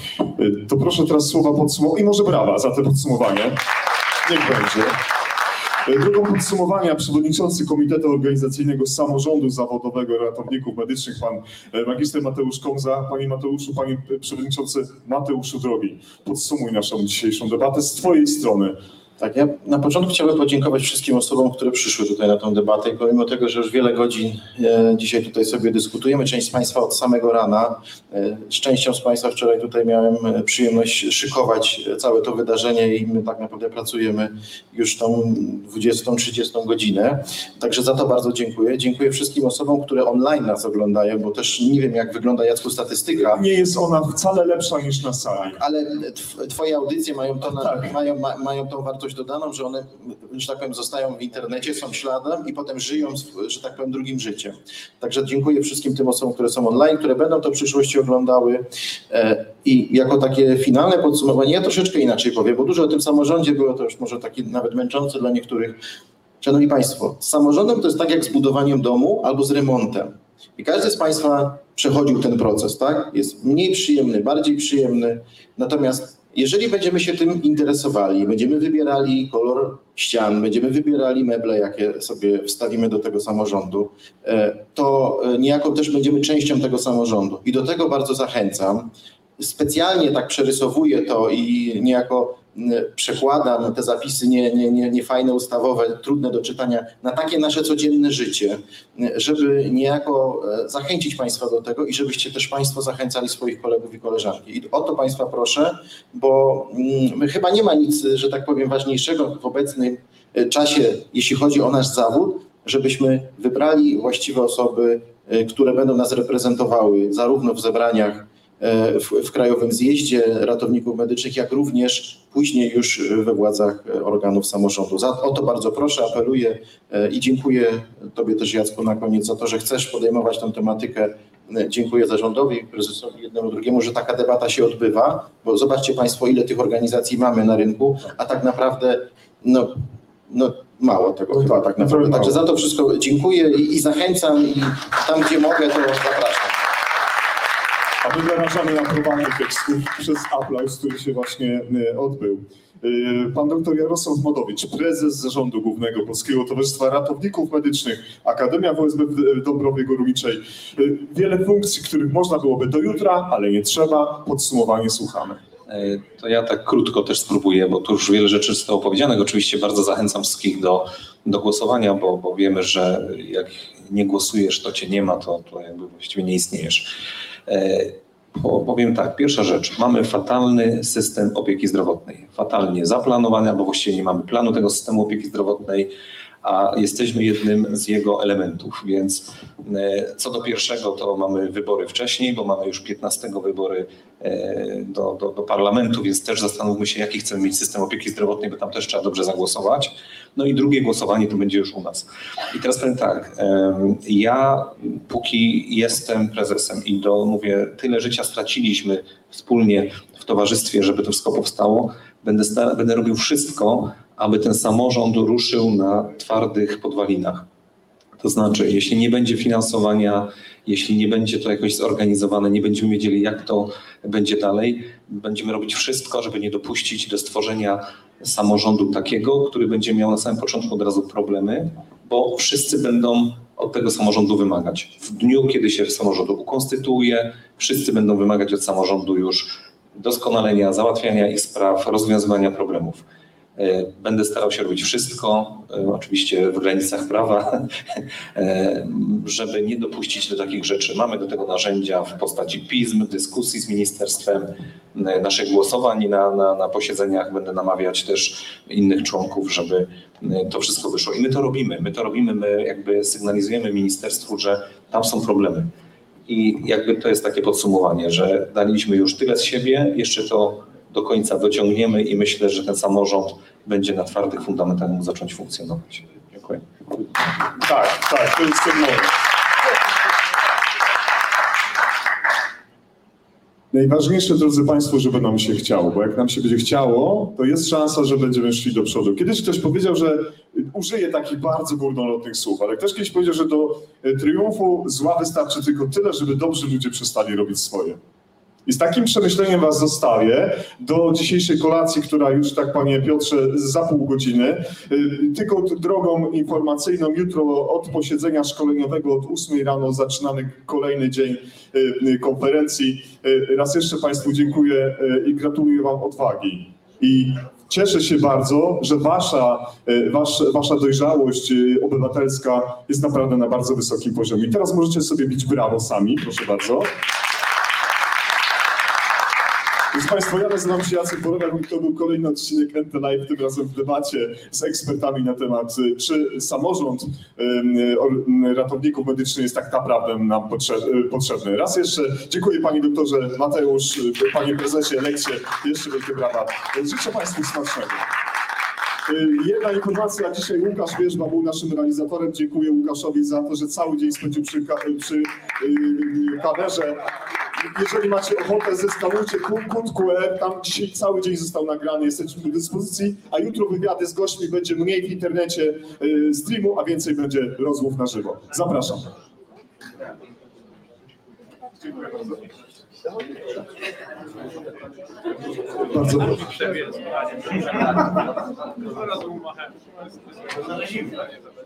To proszę teraz słowa podsumowania i może brawa za te podsumowanie. Niech będzie. Drugą podsumowania przewodniczący Komitetu Organizacyjnego Samorządu Zawodowego Ratowników Medycznych, pan magister Mateusz Komza. Panie Mateuszu, panie przewodniczący Mateuszu drogi, podsumuj naszą dzisiejszą debatę z twojej strony. Tak, ja na początku chciałbym podziękować wszystkim osobom, które przyszły tutaj na tę debatę i pomimo tego, że już wiele godzin e, dzisiaj tutaj sobie dyskutujemy, część z Państwa od samego rana, e, z częścią z Państwa wczoraj tutaj miałem przyjemność szykować całe to wydarzenie i my tak naprawdę pracujemy już tą dwudziestą, trzydziestą godzinę, także za to bardzo dziękuję. Dziękuję wszystkim osobom, które online nas oglądają, bo też nie wiem, jak wygląda, Jacku, statystyka. Nie jest ona wcale lepsza niż na sali. Ale tw- twoje audycje mają, to na, tak. mają, ma, mają tą wartość dodaną, że one, że tak powiem, zostają w internecie, są śladem i potem żyją, że tak powiem, drugim życiem. Także dziękuję wszystkim tym osobom, które są online, które będą to w przyszłości oglądały. I jako takie finalne podsumowanie, ja troszeczkę inaczej powiem, bo dużo o tym samorządzie było, to już może takie nawet męczące dla niektórych. Szanowni Państwo, z samorządem to jest tak jak z budowaniem domu albo z remontem. I każdy z Państwa przechodził ten proces, tak? Jest mniej przyjemny, bardziej przyjemny. Natomiast jeżeli będziemy się tym interesowali, będziemy wybierali kolor ścian, będziemy wybierali meble, jakie sobie wstawimy do tego samorządu, to niejako też będziemy częścią tego samorządu. I do tego bardzo zachęcam. Specjalnie tak przerysowuję to i niejako przekładam te zapisy nie, nie, nie, niefajne, ustawowe, trudne do czytania na takie nasze codzienne życie, żeby niejako zachęcić Państwa do tego i żebyście też Państwo zachęcali swoich kolegów i koleżanki. I o to Państwa proszę, bo mm, chyba nie ma nic, że tak powiem, ważniejszego w obecnym czasie, jeśli chodzi o nasz zawód, żebyśmy wybrali właściwe osoby, które będą nas reprezentowały zarówno w zebraniach W, w Krajowym Zjeździe Ratowników Medycznych, jak również później już we władzach organów samorządu. Za, o to bardzo proszę, apeluję i dziękuję Tobie też, Jacku, na koniec za to, że chcesz podejmować tę tematykę. Dziękuję zarządowi, prezesowi, jednemu, drugiemu, że taka debata się odbywa, bo zobaczcie Państwo, ile tych organizacji mamy na rynku, a tak naprawdę no, no mało tego no, chyba tak naprawdę. Także za to wszystko dziękuję i, i zachęcam i tam, gdzie mogę, to zapraszam. A my wyrażamy aprobatę tych słów przez aplauz, który się właśnie odbył. Pan dr Jarosław Modowicz, prezes Zarządu Głównego Polskiego Towarzystwa Ratowników Medycznych, Akademia W S B w Dąbrowie Górniczej. Wiele funkcji, których można byłoby do jutra, ale nie trzeba. Podsumowanie słuchamy. To ja tak krótko też spróbuję, bo tu już wiele rzeczy zostało powiedzianych. Oczywiście bardzo zachęcam wszystkich do, do głosowania, bo, bo wiemy, że jak nie głosujesz, to cię nie ma, to, to jakby właściwie nie istniejesz. Bo powiem tak, pierwsza rzecz, mamy fatalny system opieki zdrowotnej, fatalnie zaplanowany, bo właściwie nie mamy planu tego systemu opieki zdrowotnej, a jesteśmy jednym z jego elementów, więc co do pierwszego to mamy wybory wcześniej, bo mamy już piętnastego wybory do, do, do parlamentu, więc też zastanówmy się, jaki chcemy mieć system opieki zdrowotnej, bo tam też trzeba dobrze zagłosować. No i drugie głosowanie to będzie już u nas. I teraz powiem tak, ja póki jestem prezesem i do, mówię, tyle życia straciliśmy wspólnie w towarzystwie, żeby to wszystko powstało, będę, stara, będę robił wszystko, aby ten samorząd ruszył na twardych podwalinach. To znaczy, jeśli nie będzie finansowania, jeśli nie będzie to jakoś zorganizowane, nie będziemy wiedzieli, jak to będzie dalej, będziemy robić wszystko, żeby nie dopuścić do stworzenia samorządu takiego, który będzie miał na samym początku od razu problemy, bo wszyscy będą od tego samorządu wymagać. W dniu, kiedy się samorząd ukonstytuuje, wszyscy będą wymagać od samorządu już doskonalenia, załatwiania ich spraw, rozwiązywania problemów. Będę starał się robić wszystko, oczywiście w granicach prawa, żeby nie dopuścić do takich rzeczy. Mamy do tego narzędzia w postaci pism, dyskusji z ministerstwem, naszych głosowań na, na, na posiedzeniach. Będę namawiać też innych członków, żeby to wszystko wyszło. I my to robimy. My to robimy, my jakby sygnalizujemy ministerstwu, że tam są problemy. I jakby to jest takie podsumowanie, że daliśmy już tyle z siebie, jeszcze to do końca dociągniemy i myślę, że ten samorząd będzie na twardych fundamentach mógł zacząć funkcjonować. Dziękuję. Tak, tak, to jest ten moment. Najważniejsze, drodzy Państwo, żeby nam się chciało, bo jak nam się będzie chciało, to jest szansa, że będziemy szli do przodu. Kiedyś ktoś powiedział, że użyję takich bardzo górnolotnych słów, ale ktoś kiedyś powiedział, że do triumfu zła wystarczy tylko tyle, żeby dobrzy ludzie przestali robić swoje. I z takim przemyśleniem Was zostawię do dzisiejszej kolacji, która już, tak Panie Piotrze, za pół godziny. Tylko drogą informacyjną jutro od posiedzenia szkoleniowego od ósmej rano zaczynamy kolejny dzień konferencji. Raz jeszcze Państwu dziękuję i gratuluję Wam odwagi. I cieszę się bardzo, że wasza, wasz, wasza dojrzałość obywatelska jest naprawdę na bardzo wysokim poziomie. I teraz możecie sobie bić brawo sami, proszę bardzo. Więc Państwo, ja nazywam się Jacek Borowak i to był kolejny odcinek N T Live, tym razem w debacie z ekspertami na temat, czy samorząd ratowników medycznych jest tak naprawdę nam potrzebny. Raz jeszcze dziękuję Panie Doktorze Mateusz, Panie Prezesie, lekcje, jeszcze wielkie brawa. Życzę Państwu smacznego. Jedna informacja, dzisiaj Łukasz Wierzba był naszym realizatorem. Dziękuję Łukaszowi za to, że cały dzień spędził przy, przy yy, kamerze. Jeżeli macie ochotę, zeskanujcie kod Q R, tam dzisiaj cały dzień został nagrany, jesteśmy do dyspozycji, a jutro wywiady z gośćmi, będzie mniej w internecie yy, streamu, a więcej będzie rozmów na żywo. Zapraszam. Dziękuję bardzo. Bardzo proszę.